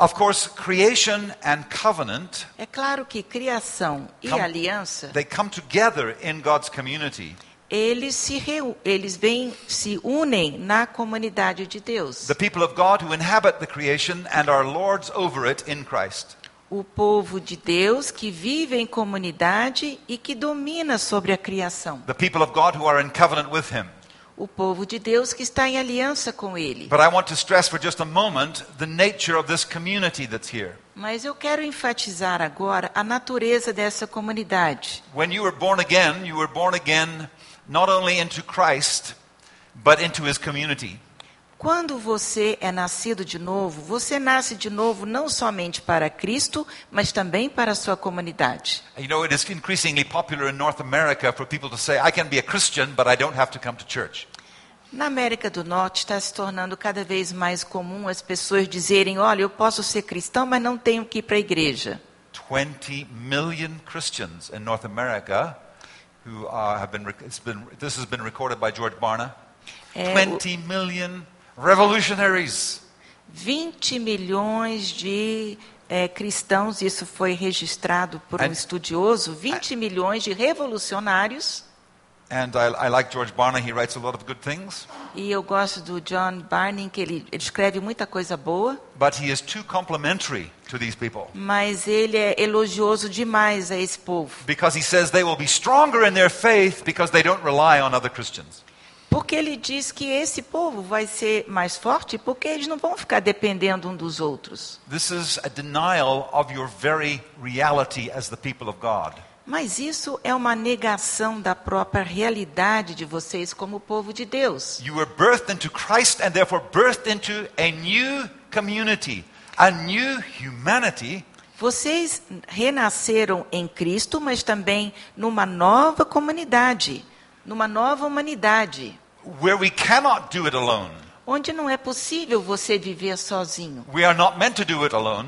Of course, creation and covenant, É claro que criação e Come- aliança, they come together in God's community. eles se reu- eles vêm, se unem na comunidade de Deus. The people of God who inhabit the creation and are lords over it in Christ. O povo de Deus que vive em comunidade e que domina sobre a criação. The people of God who are in covenant with Him. O povo de Deus que está em aliança com Ele. But I want to stress for just a moment the nature of this community that's here. Mas eu quero enfatizar agora a natureza dessa comunidade. When you were born again, you were born again not only into Christ, but into His community. Quando você é nascido de novo, você nasce de novo não somente para Cristo, mas também para a sua comunidade. You know, it is increasingly popular in North America for people to say, I can be a Christian, but I don't have to come to church. Na América do Norte está se tornando cada vez mais comum as pessoas dizerem, olha, eu posso ser cristão, mas não tenho que ir para a igreja. twenty million Christians in North America who uh, have been, it's been, this has been recorded by George Barna. É, o- twenty million revolutionaries. vinte milhões de é, cristãos, isso foi registrado por um And- estudioso, vinte milhões de revolucionários. And I, I like George Barna, he writes a lot of good things, E eu gosto do John Barney, que ele, ele escreve muita coisa boa, but he is too complimentary to these people. mas ele é elogioso demais a esse povo. Because he says they will be stronger in their faith because they don't rely on other Christians. Porque ele diz que esse povo vai ser mais forte porque eles não vão ficar dependendo um dos outros. This is a denial of your very reality as the people of God. Mas isso é uma negação da própria realidade de vocês como povo de Deus. You were birthed into Christ and therefore birthed into a new community, a new humanity. Vocês renasceram em Cristo, mas também numa nova comunidade, numa nova humanidade, Where we cannot do it alone. onde não é possível você viver sozinho. We are not meant to do it alone.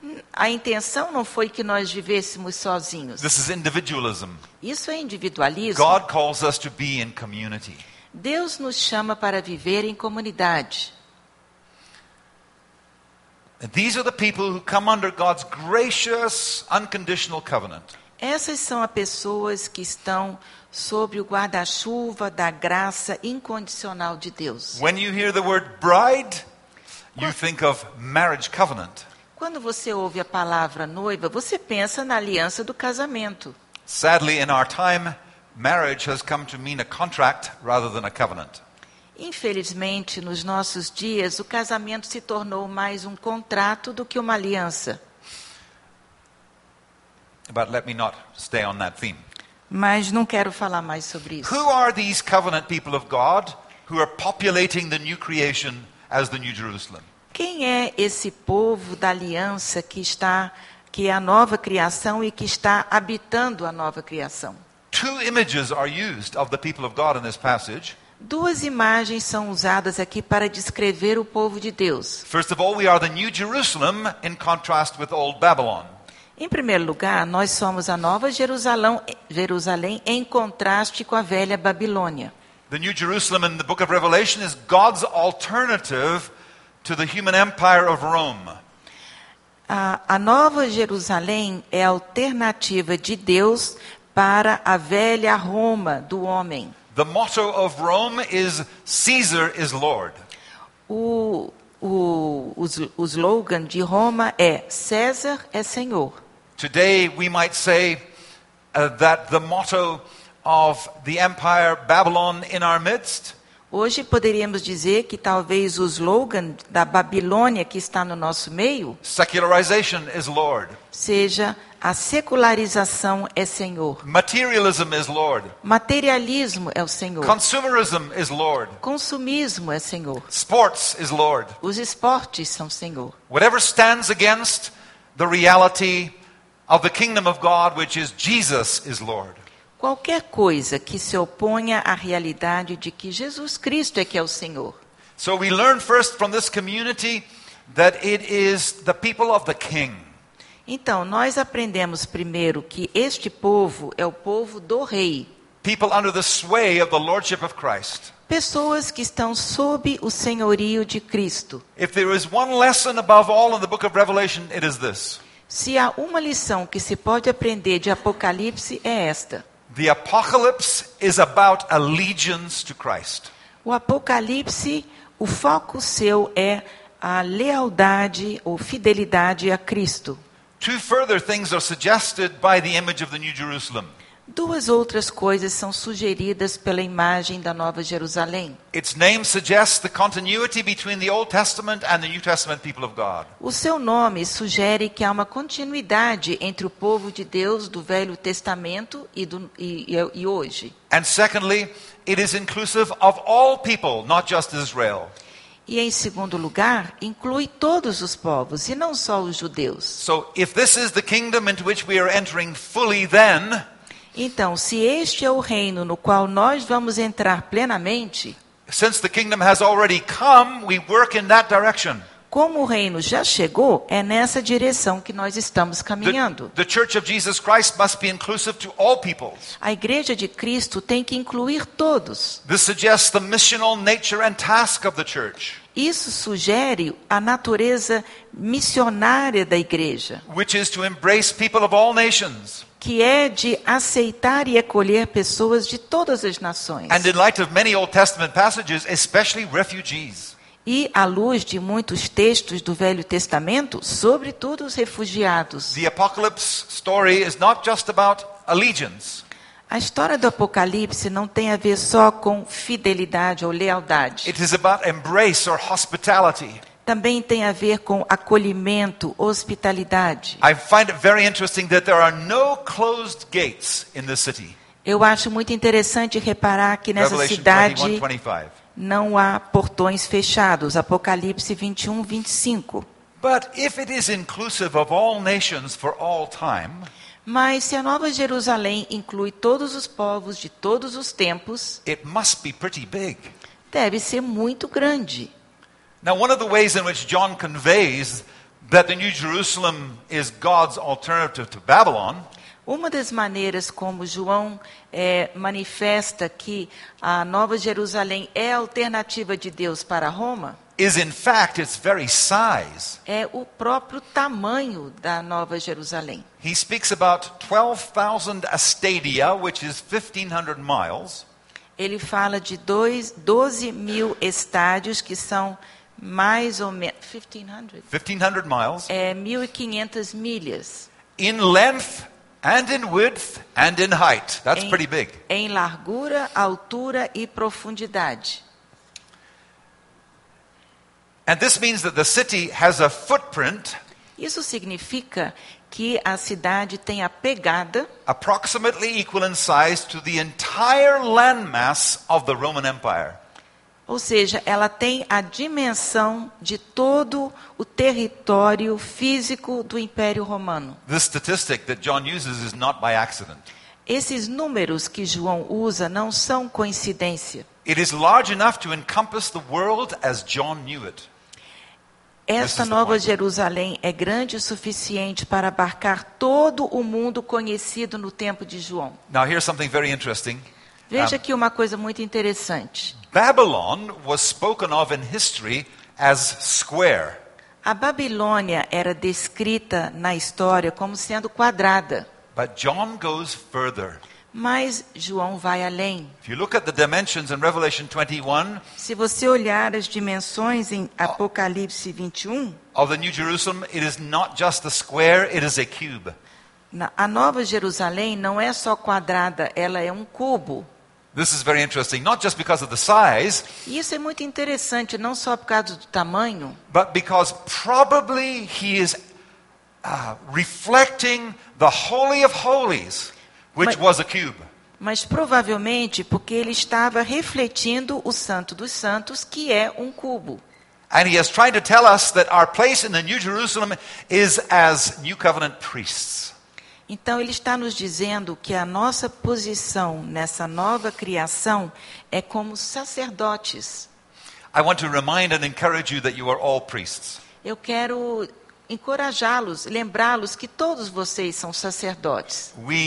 A intenção não foi que nós vivêssemos sozinhos. This is individualism. Isso é individualismo. God calls us to be in community. Deus nos chama para viver em comunidade. And these are the people who come under God's gracious, unconditional covenant. Essas são as pessoas que estão sob o guarda-chuva da graça incondicional de Deus. When you hear the word bride, you think of marriage covenant. Quando você ouve a palavra noiva, você pensa na aliança do casamento. Sadly, in our time, marriage has come to mean a contract rather than a covenant. Infelizmente, nos nossos dias, o casamento se tornou mais um contrato do que uma aliança. But let me not stay on that theme. Mas não quero falar mais sobre isso. Who are these covenant people of God who are populating the new creation as the New Jerusalem? Quem é esse povo da aliança que está, que é a nova criação e que está habitando a nova criação? Two images are used of the people of God in this passage. Duas imagens são usadas aqui para descrever o povo de Deus. First of all, we are the New Jerusalem in contrast with Old Babylon. Em primeiro lugar, nós somos a nova Jerusalém, Jerusalém em contraste com a velha Babilônia. The New Jerusalem in the book of Revelation is God's alternative to the human empire of Rome. A, a nova Jerusalém é a alternativa de Deus para a velha Roma do homem. The motto of Rome is Caesar is Lord. O, o, o, o slogan de Roma é César é Senhor. Today we might say uh, that the motto of the empire Babylon in our midst Hoje poderíamos dizer que talvez o slogan da Babilônia que está no nosso meio secularization is Lord. seja a secularização é Senhor. Materialism is Lord. Materialismo é o Senhor. Consumerism is Lord. Consumismo é Senhor. Sports is Lord. Os esportes são Senhor. Whatever stands against the reality of the kingdom of God, which is Jesus is Lord. Qualquer coisa que se oponha à realidade de que Jesus Cristo é que é o Senhor. So we learn first from this community that it is the people of the king. Então, nós aprendemos primeiro que este povo é o povo do rei. people under the sway of the lordship of Christ. Pessoas que estão sob o senhorio de Cristo. If there is one lesson above all in the book of Revelation, it is this. Se há uma lição que se pode aprender de Apocalipse, é esta. The apocalypse is about allegiance to Christ. O Apocalipse, o foco seu é a lealdade ou fidelidade a Cristo. Two further things are suggested by the image of the New Jerusalem. Duas outras coisas são sugeridas pela imagem da Nova Jerusalém. Its name suggests the continuity between the Old Testament and the New Testament people of God. O seu nome sugere que há uma continuidade entre o povo de Deus do Velho Testamento e, do, e, e, e hoje. And secondly, it is inclusive of all people, not just Israel. E em segundo lugar, inclui todos os povos, e não só os judeus. So if this is the kingdom into which we are entering fully, then Então, se este é o reino no qual nós vamos entrar plenamente, since the kingdom has already come, we work in that direction. como o reino já chegou, é nessa direção que nós estamos caminhando. The, the Church of Jesus Christ must be inclusive to all peoples. A igreja de Cristo tem que incluir todos. This suggests the missional nature and task of the church, Isso sugere a natureza missionária da igreja, which is to embrace people of all nations. que é de aceitar e acolher pessoas de todas as nações. And in light of many Old Testament passages, especially refugees. E, à luz de muitos textos do Velho Testamento, sobretudo os refugiados. The apocalypse story is not just about allegiance. A história do Apocalipse não tem a ver só com fidelidade ou lealdade. It is about embrace or hospitality. Também tem a ver com acolhimento, hospitalidade. I find it very interesting that there are no closed gates in this city. Eu acho muito interessante reparar que nessa Revelation cidade twenty-one twenty-five. não há portões fechados. Apocalipse vinte e um, vinte e cinco. But if it is inclusive of all nations for all time, Mas se a Nova Jerusalém inclui todos os povos de todos os tempos, it must be pretty big. deve ser muito grande. Now, one of the ways in which John conveys that the New Jerusalem is God's alternative to Babylon Uma das maneiras como João é, manifesta que a Nova Jerusalém é a alternativa de Deus para Roma is in fact its very size. é o próprio tamanho da Nova Jerusalém. He speaks about twelve thousand stadia, which is fifteen hundred miles, Ele fala de dois, doze mil estádios, que são mais ou menos fifteen hundred, fifteen hundred miles, é, mil e quinhentas milhas. in length and in width and in height. That's em, pretty big. em largura, altura e profundidade. And this means that the city has a footprint Isso significa que a cidade tem a pegada approximately equal in size to the entire landmass of the Roman Empire. Ou seja, ela tem a dimensão de todo o território físico do Império Romano. This statistic that John uses is not by accident. Esses números que João usa não são coincidência. It is large enough to encompass the world as John knew it. Esta is the Nova point. Jerusalém é grande o suficiente para abarcar todo o mundo conhecido no tempo de João. Now here's something very interesting. Veja Um, aqui uma coisa muito interessante. Babylon was spoken of in history as square. A Babilônia era descrita na história como sendo quadrada, But John goes further. mas João vai além. If you look at the dimensions in Revelation twenty-one Se você olhar as dimensões em Apocalipse vinte e um, of the New Jerusalem, it is not just a square, it is a cube. na- a Nova Jerusalém não é só quadrada, ela é um cubo. This is very interesting, not just because of the size, E isso é muito interessante, não só por causa do tamanho, but because probably he is uh, reflecting the Holy of Holies, which But- was a cube. mas provavelmente porque ele estava refletindo o Santo dos Santos, que é um cubo. And he is trying to tell us that our place in the New Jerusalem is as New Covenant priests. Então ele está nos dizendo que a nossa posição nessa nova criação é como sacerdotes. I want to remind and encourage you that you are all priests. Eu quero encorajá-los, lembrá-los que todos vocês são sacerdotes. We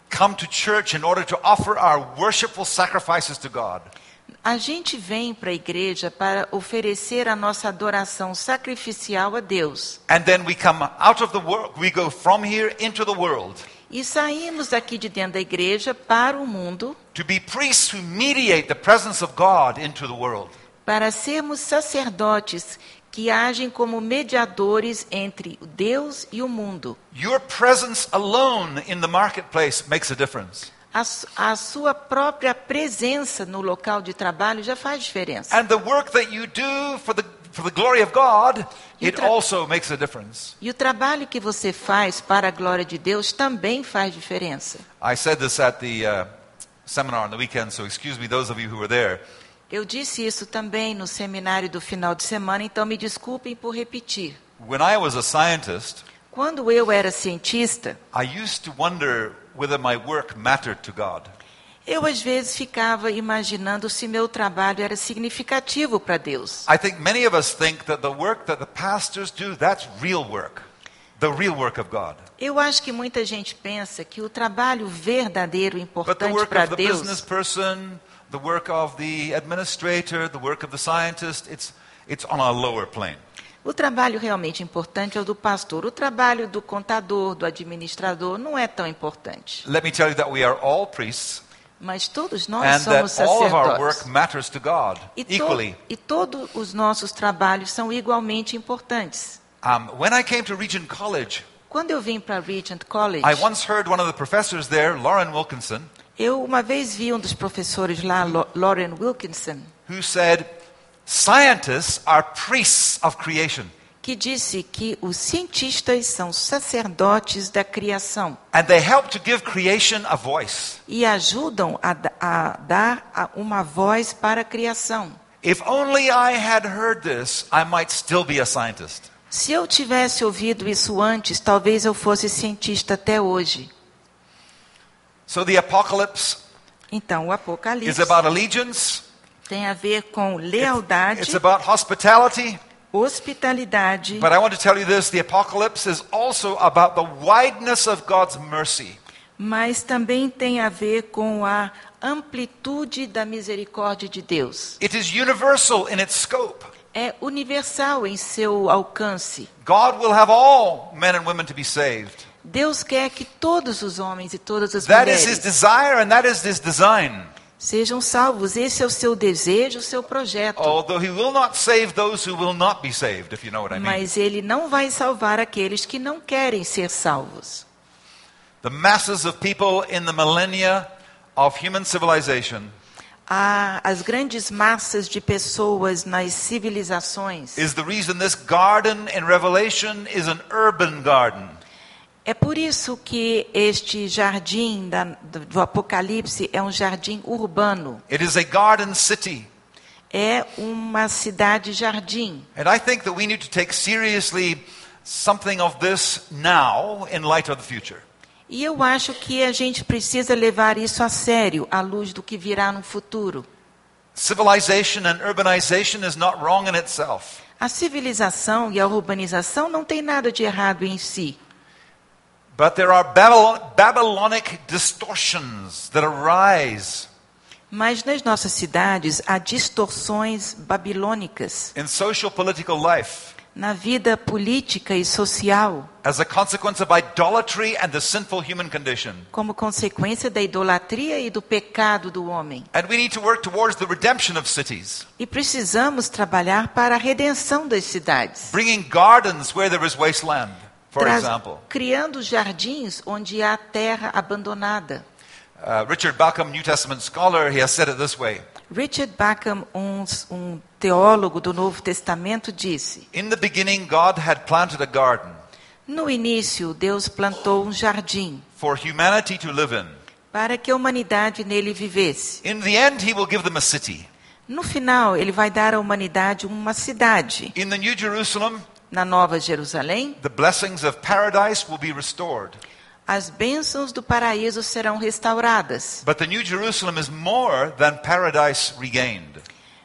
come to church in order to offer our worshipful sacrifices to God. A gente vem para a igreja para oferecer a nossa adoração sacrificial a Deus. And then we come out of the world, we go from here into the world. E saímos daqui de dentro da igreja para o mundo To be priests who mediate the presence of God into the world. para sermos sacerdotes que agem como mediadores entre Deus e o mundo. Your presence alone in the marketplace makes a difference. A, su- a sua própria presença no local de trabalho já faz diferença. And the work that you do for the for the glory of God, You it tra- also makes a difference. E o trabalho que você faz para a glória de Deus também faz diferença. I said this at the uh, seminar on the weekend, so excuse me those of you who were there. Eu disse isso também no seminário do final de semana, então me desculpem por repetir. When I was a scientist, Quando eu era cientista, I used to wonder whether my work mattered to God. eu às vezes ficava imaginando se meu trabalho era significativo para Deus. I think many of us think that the work that the pastors do, that's real work. The real work of God. Eu acho que muita gente pensa que o trabalho verdadeiro e But the importante work para of the business Deus, person, the work of the administrator, the work of the scientist, it's it's on a lower plane. o trabalho realmente importante é o do pastor. O trabalho do contador, do administrador, não é tão importante. Let me tell you that we are all priests Mas todos nós and somos that all of our sacerdotes. work matters to God E, to, equally. e todos os nossos trabalhos são igualmente importantes. Um, when I came to Regent College, Quando eu vim para Regent College, I once heard one of the professors there, Lauren Wilkinson, eu uma vez vi um dos professores lá, Lo- Lauren Wilkinson, who said, scientists are priests of creation. que disse que os cientistas são sacerdotes da criação And they help to give creation a voice. e ajudam a, da- a dar a- uma voz para a criação. If only I had heard this, I might still be a scientist. Se eu tivesse ouvido isso antes, talvez eu fosse cientista até hoje. So the apocalypse Então, o is Apocalipse about allegiance, tem a ver com lealdade, it's about hospitality, hospitalidade, but I want to tell you this, the apocalypse is also about the wideness of God's mercy. mas também tem a ver com a amplitude da misericórdia de Deus. It is universal in its scope. É universal em seu alcance. God will have all men and women to be saved. Deus quer que todos os homens e todas as That is his mulheres desire and that is his design. sejam salvos. Esse é o seu desejo, o seu projeto. Although he will not save those who will not be saved, if you know what I mean. Mas ele não vai salvar aqueles que não querem ser salvos. The masses of people in the millennia of human civilization Há as grandes massas de pessoas nas civilizações. is the reason this garden in Revelation is an urban garden. É por isso que este jardim da, do, do Apocalipse é um jardim urbano. It is a garden city. É uma cidade-jardim. And I think that we need to take seriously something of this now in light of the future. E eu acho que a gente precisa levar isso a sério, à luz do que virá no futuro. Civilization and urbanization is not wrong in itself. A civilização e a urbanização não tem nada de errado em si. But there are Babylon, Babylonic distortions that arise Mas nas nossas cidades há distorções babilônicas in social political life na vida política e social, as a consequence of idolatry and the sinful human condition. como consequência da idolatria e do pecado do homem. And we need to work towards the redemption of cities, E precisamos trabalhar para a redenção das cidades, bringing gardens where there is wasteland, for Traz- example. criando jardins onde há terra abandonada. Uh, Richard Bauckham, New Testament scholar, he has said it this way. Richard Bauckham, um, um teólogo do Novo Testamento, disse: In the beginning, God had planted a garden no início, Deus plantou um jardim for humanity to live in. para que a humanidade nele vivesse. In the end, he will give them a city. No final, ele vai dar à humanidade uma cidade. In the New Jerusalem, Na Nova Jerusalém, the blessings of paradise will be restored. as bênçãos do paraíso serão restauradas. But the New Jerusalem is more than paradise regained.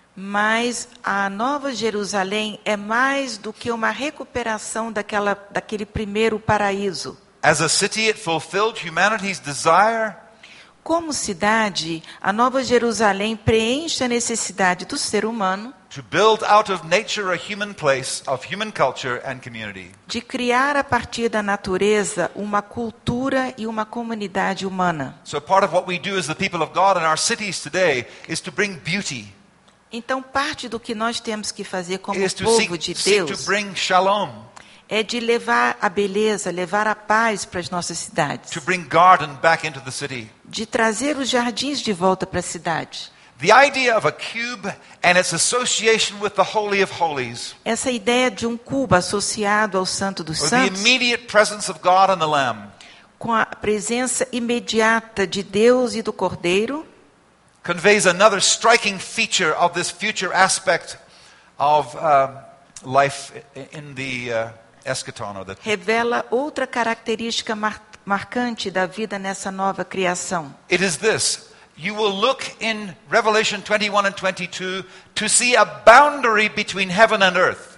Mas a Nova Jerusalém é mais do que uma recuperação daquela, daquele primeiro paraíso. As a city, it fulfilled humanity's desire Como cidade, a Nova Jerusalém preenche a necessidade do ser humano to build out of nature a human place of human culture and community. de criar a partir da natureza uma cultura e uma comunidade humana. So part of what we do as the people of God in our cities today is to bring beauty, Então, parte do que nós temos que fazer como is to povo seek, de seek to Deus bring shalom, é de levar a beleza, levar a paz para as nossas cidades, to bring garden back into the city. de trazer os jardins de volta para a cidade. The idea of a cube and its association with the Holy of Holies, Essa ideia de um cubo associado ao Santo dos or the Santos, immediate presence of God and the Lamb, com a presença imediata de Deus e do Cordeiro, conveys another striking feature of this future aspect of uh, life in the uh, eschaton, or the revela outra característica mar marcante da vida nessa nova criação. It is this. You will look in Revelation twenty-one and twenty-two to see a boundary between heaven and earth.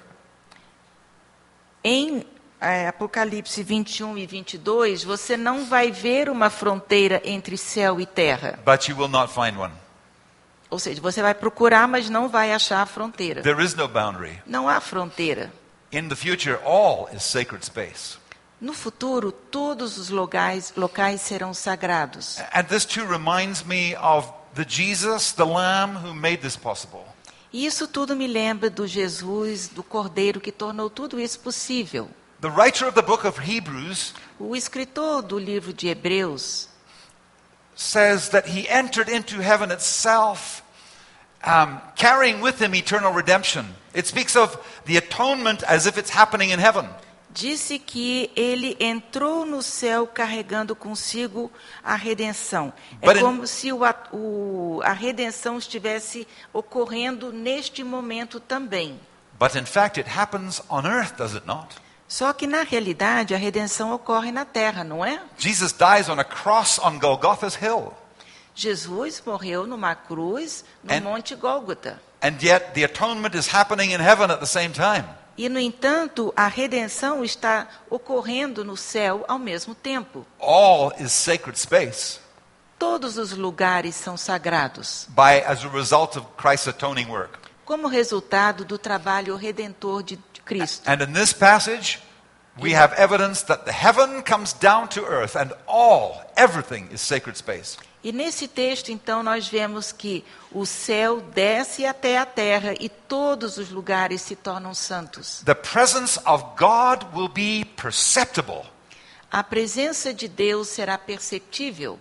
Em é, Apocalipse vinte e um e vinte e dois, você não vai ver uma fronteira entre céu e terra. But you will not find one. Ou seja, você vai procurar, mas não vai achar a fronteira. There is no boundary. Não há fronteira. In the future, all is sacred space. No futuro, todos os locais, locais serão sagrados. And this too reminds me of the Jesus, the Lamb who made this possible. E isso tudo me lembra do Jesus, do Cordeiro que tornou tudo isso possível. The writer of the book of Hebrews O escritor do livro de Hebreus says that he entered into heaven itself, um, carrying with him eternal redemption. It speaks of the atonement as if it's happening in heaven. disse que ele entrou no céu carregando consigo a redenção. É But in- como se o, a, o, a redenção estivesse ocorrendo neste momento também. But in fact, it happens on earth, does it not? Só que, na realidade, a redenção ocorre na terra, não é? Jesus dies on a cross on Golgotha's hill. Jesus morreu numa cruz no And- Monte Gólgota. And yet the atonement is happening in heaven at the same time. E, no entanto, a redenção está ocorrendo no céu ao mesmo tempo. All is sacred space Todos os lugares são sagrados, by as a result of Christ's atoning work. como resultado do trabalho redentor de Cristo. And in this passage, we have evidence that the heaven comes down to earth and all, everything is sacred space. E nesse texto, então, nós vemos que o céu desce até a terra e todos os lugares se tornam santos. The presence of God will be perceptible. A presença de Deus será perceptível.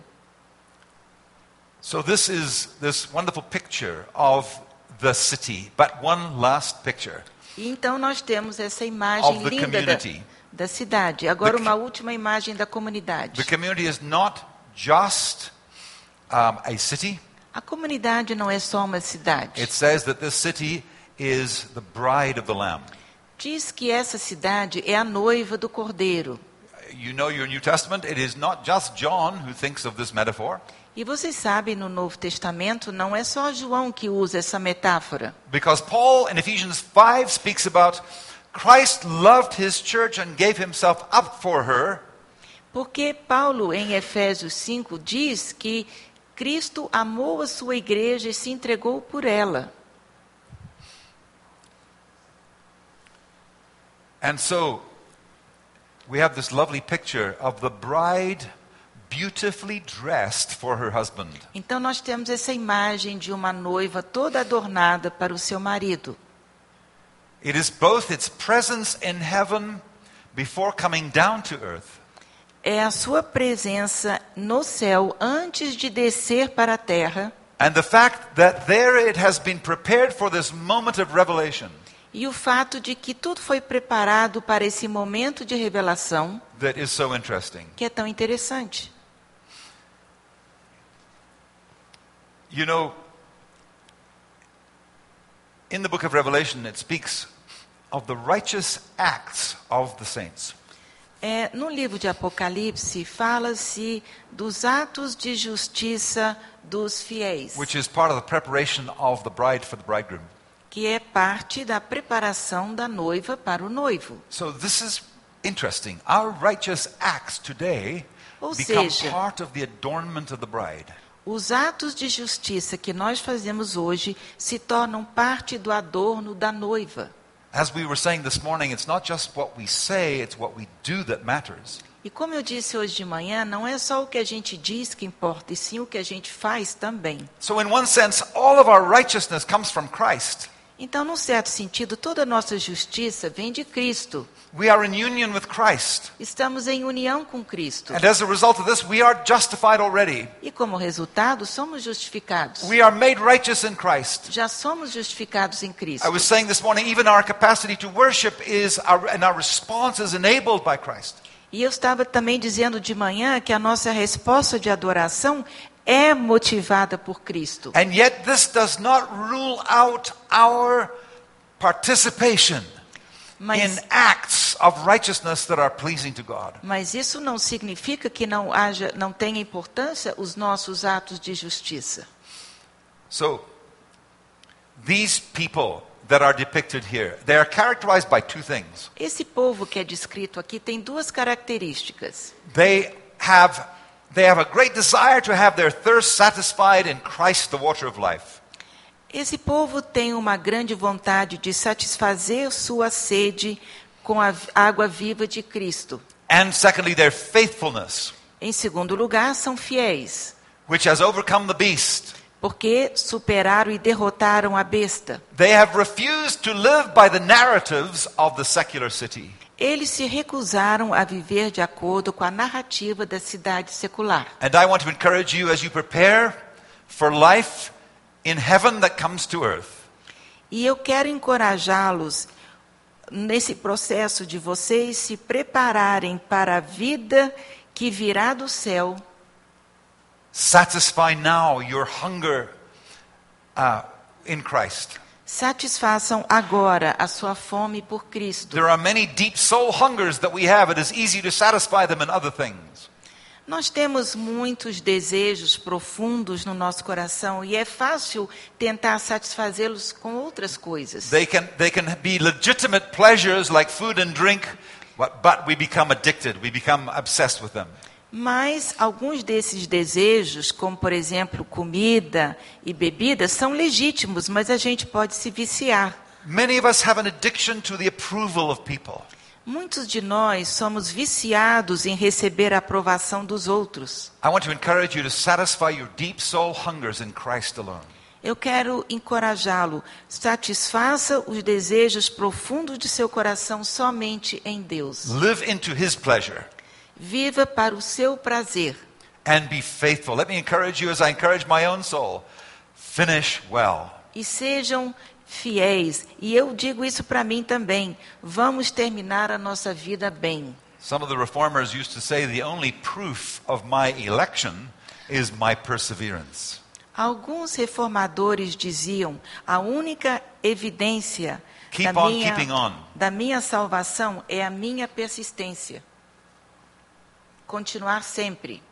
So this is this wonderful picture of the city. But one last picture. E então nós temos essa imagem Of the linda da, community. da cidade. Agora, The- uma última imagem da comunidade. The community is not just um, a city. A comunidade não é só uma cidade. It says that this city is the bride of the Lamb. Diz que essa cidade é a noiva do Cordeiro. You know your New Testament, it is not just John who thinks of this metaphor. E vocês sabem, no Novo Testamento, não é só João que usa essa metáfora. Because Paul in Ephesians five speaks about Christ loved his church and gave himself up for her. Porque Paulo, em Efésios cinco, diz que Cristo amou a sua igreja e se entregou por ela. And so we have this lovely picture of the bride beautifully dressed for her husband. Então nós temos essa imagem de uma noiva toda adornada para o seu marido. It is both its presence in heaven before coming down to earth, É a sua presença no céu antes de descer para a terra. and the fact that there it has been prepared for this moment of revelation E o fato de que tudo foi preparado para esse momento de revelação, that is so interesting. que é tão interessante. You know, in the book of Revelation, it speaks of the righteous acts of the saints. É, no livro de Apocalipse, fala-se dos atos de justiça dos fiéis, Which is part of the preparation of the bride for the bridegroom. que é parte da preparação da noiva para o noivo. So this is interesting. Our righteous acts today Ou become seja, part of the adornment of the bride. os atos de justiça que nós fazemos hoje se tornam parte do adorno da noiva. As we were saying this morning, it's not just what we say, it's what we do that matters. E como eu disse hoje de manhã, não é só o que a gente diz que importa, e sim o que a gente faz também. So in one sense, all of our righteousness comes from Christ. Então, num certo sentido, toda a nossa justiça vem de Cristo. We are in union with Christ. Estamos em união com Cristo. And as a result of this, we are justified already. E como resultado, somos justificados. We are made righteous in Christ. Já somos justificados em Cristo. I was saying this morning, even our capacity to worship is, our, and our response is enabled by Christ. E eu estava também dizendo de manhã que a nossa resposta de adoração é motivada por Cristo. And yet this does not rule out our participation Mas, in acts of righteousness that are pleasing to God. mas isso não significa que não haja, não tenha importância os nossos atos de justiça. So, these people that are depicted here, they are characterized by two things. Esse povo que é descrito aqui tem duas características. They have they have a great desire to have their thirst satisfied in Christ, the water of life. Esse povo tem uma grande vontade de satisfazer sua sede com a água viva de Cristo. And secondly, their faithfulness, Em segundo lugar, são fiéis, which has overcome the beast. porque superaram e derrotaram a besta. They have refused to live by the narratives of the secular city. Eles se recusaram a viver de acordo com a narrativa da cidade secular. And I want to encourage you as you prepare for life in heaven that comes to earth. E eu quero encorajá-los nesse processo de vocês se prepararem para a vida que virá do céu. Satisfy now your hunger uh, in Christ. Satisfaçam agora a sua fome por Cristo. There are many deep soul hungers that we have. It is easy to satisfy them in other things. Nós temos muitos desejos profundos no nosso coração e é fácil tentar satisfazê-los com outras coisas. They can, they can be legitimate pleasures like food and drink, but, but we become addicted. We become obsessed with them. Mas alguns desses desejos, como por exemplo comida e bebida, são legítimos, mas a gente pode se viciar. Many of us have an addiction to the approval of people. Muitos de nós somos viciados em receber a aprovação dos outros. I want to encourage you to satisfy your deep soul hungers in Christ alone. Eu quero encorajá-lo. Satisfaça os desejos profundos de seu coração somente em Deus. Live into His pleasure Viva para o seu prazer. and be faithful. Let me encourage you as I encourage my own soul. Finish well. E sejam fiéis. E eu digo isso para mim também. Vamos terminar a nossa vida bem. Some of the reformers used to say the only proof of my election is my perseverance. Alguns reformadores diziam, a única evidência Keep da on minha, keeping on. da minha salvação é a minha persistência. Continuar sempre.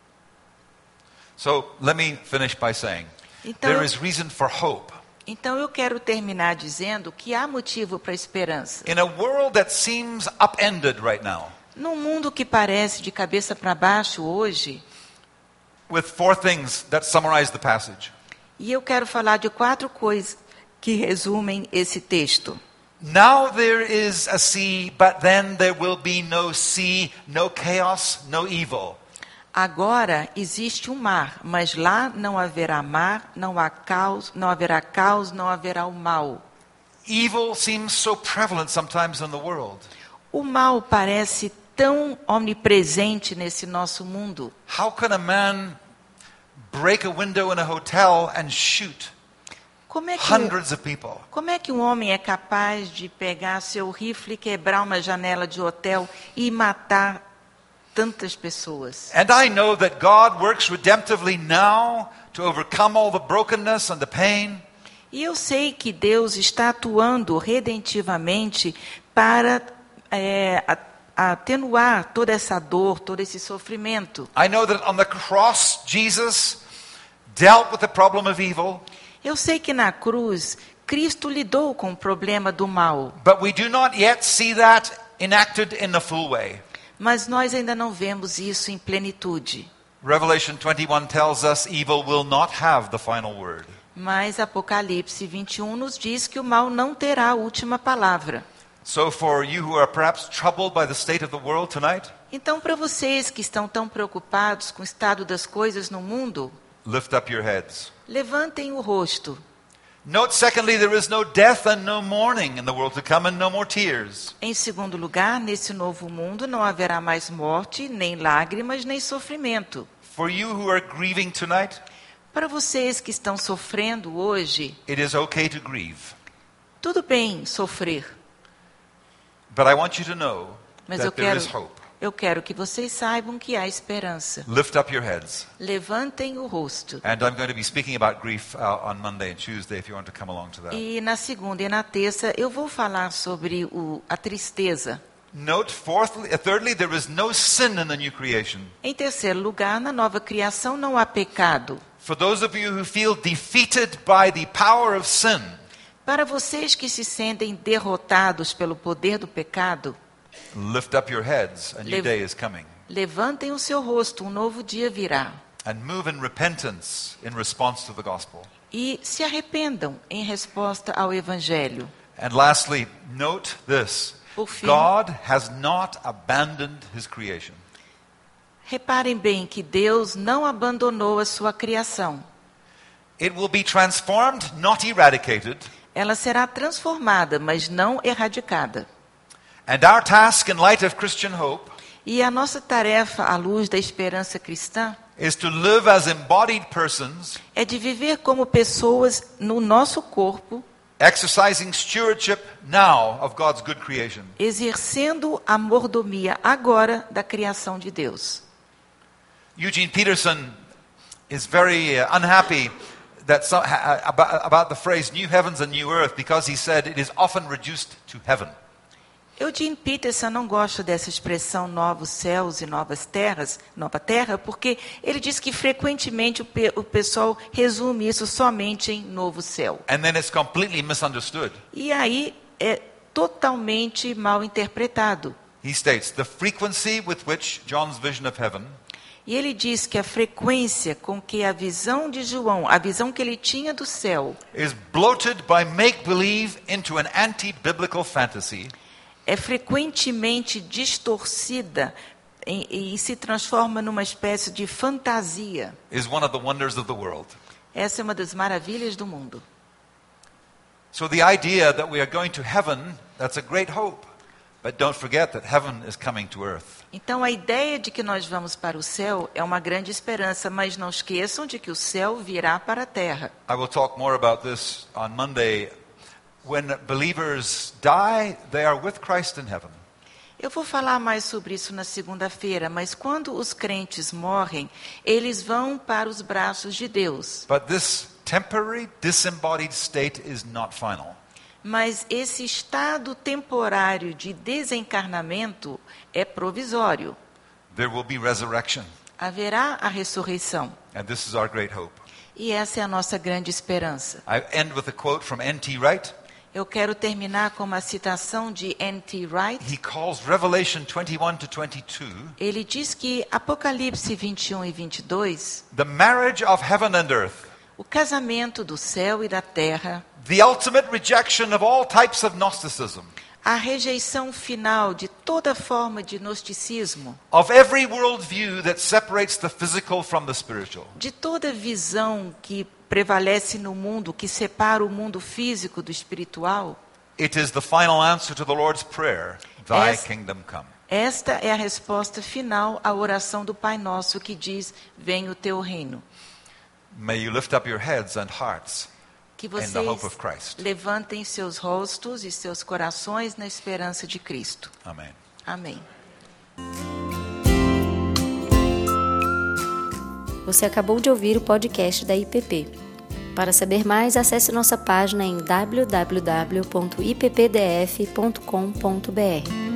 So let me finish by saying Então, there eu- is reason for hope. Então eu quero terminar dizendo que há motivo para esperança. In a world that seems upended right now, Num mundo que parece de cabeça para baixo hoje, with four things that summarize the passage. e eu quero falar de quatro coisas que resumem esse texto. Now there is a sea, but then there will be no sea, no chaos, no evil. Agora existe um mar, mas lá não haverá mar, não há caos, não haverá caos, não haverá o mal. Evil seems so prevalent sometimes in the world. O mal parece tão omnipresente nesse nosso mundo. How can a man break a window in a hotel and shoot Como é que, um- hundreds of people? como é que um homem é capaz de pegar seu rifle, quebrar uma janela de hotel e matar tantas pessoas? And I know that God works redemptively now to overcome all the brokenness and the pain. E eu sei que Deus está atuando redentivamente para é, a- atenuar toda essa dor, todo esse sofrimento. I know that on the cross, Jesus dealt with the problem of evil, Eu sei que na cruz, Cristo lidou com o problema do mal. but we do not yet see that enacted in the full way. Mas nós ainda não vemos isso em plenitude. Revelation twenty-one tells us evil will not have the final word. Mas Apocalipse vinte e um nos diz que o mal não terá a última palavra. So for you who are perhaps troubled by the state of the world tonight, Então, para vocês que estão tão preocupados com o estado das coisas no mundo, lift up your heads. levantem o rosto. Note, secondly, there is no death and no mourning in the world to come and no more tears. Em segundo lugar, nesse novo mundo não haverá mais morte, nem lágrimas, nem sofrimento. For you who are grieving tonight, Para vocês que estão sofrendo hoje, it is okay to grieve. tudo bem sofrer, But I want you to know mas eu that there quero, is hope. eu quero que vocês saibam que há esperança. Lift up your heads. Levantem o rosto. And I'm going to be speaking about grief uh, on Monday and Tuesday if you want to come along to that. E na segunda e na terça eu vou falar sobre o, a tristeza. Note, fourthly, uh, thirdly, there is no sin in the new creation. Em terceiro lugar, na nova criação não há pecado. For those of you who feel defeated by the power of sin, Para vocês que se sentem derrotados pelo poder do pecado, lift up your heads. A new Lev- day is coming. levantem o seu rosto, um novo dia virá. And move in repentance in response to the gospel. E se arrependam em resposta ao Evangelho. And lastly, note this. Por fim, God has not abandoned his creation. reparem bem que Deus não abandonou a sua criação. It will be transformed, not eradicated. Ela será transformada, mas não erradicada. And our task in light of Christian hope E a nossa tarefa à luz da esperança cristã is to live as embodied persons, é de viver como pessoas no nosso corpo, exercising stewardship now of God's good creation. exercendo a mordomia agora da criação de Deus. Eugene Peterson is very uh, unhappy that some, uh, about, about the phrase new heavens and new earth because he said it is often reduced to heaven. Eugene Peterson não gosta dessa expressão novos céus e novas terras, nova terra, porque ele diz que frequentemente o, pe o pessoal resume isso somente em novo céu. And then it's completely misunderstood. E aí é totalmente mal interpretado. He states, the frequency with which John's vision of heaven E ele diz que a frequência com que a visão de João, a visão que ele tinha do céu, is bloated by make-believe into an anti-biblical fantasy é frequentemente distorcida e, e se transforma numa espécie de fantasia. is one of the wonders of the world. Essa é uma das maravilhas do mundo. So the idea that we are going to heaven, that's a great hope. But don't forget that heaven is coming to earth. Então a ideia de que nós vamos para o céu é uma grande esperança, mas não esqueçam de que o céu virá para a terra. I will talk more about this on Monday. When believers die, they are with Christ in heaven. Eu vou falar mais sobre isso na segunda-feira, mas quando os crentes morrem, eles vão para os braços de Deus. But this temporary, disembodied state is not final. Mas esse estado temporário de desencarnamento é provisório. There will be resurrection. Haverá a ressurreição. And this is our great hope. E essa é a nossa grande esperança. I end with a quote from N T Wright. Eu quero terminar com uma citação de N T Wright. He calls Revelation twenty-one to twenty-two Ele diz que Apocalipse vinte e um e vinte e dois, the marriage of heaven and earth, o casamento do céu e da terra, the ultimate rejection of all types of Gnosticism, a rejeição final de toda forma de gnosticismo, of every worldview that separates the physical from the spiritual. de toda visão que prevalece no mundo, que separa o mundo físico do espiritual. It is the final answer to the Lord's prayer, thy Essa- kingdom come. Esta é a resposta final à oração do Pai Nosso que diz: venha o teu reino. May you lift up your heads and hearts Que in the vocês hope of Christ. levantem seus rostos e seus corações na esperança de Cristo. Amen. Amém. Você acabou de ouvir o podcast da I P P. Para saber mais, acesse nossa página em w w w ponto i p p d f ponto com ponto b r.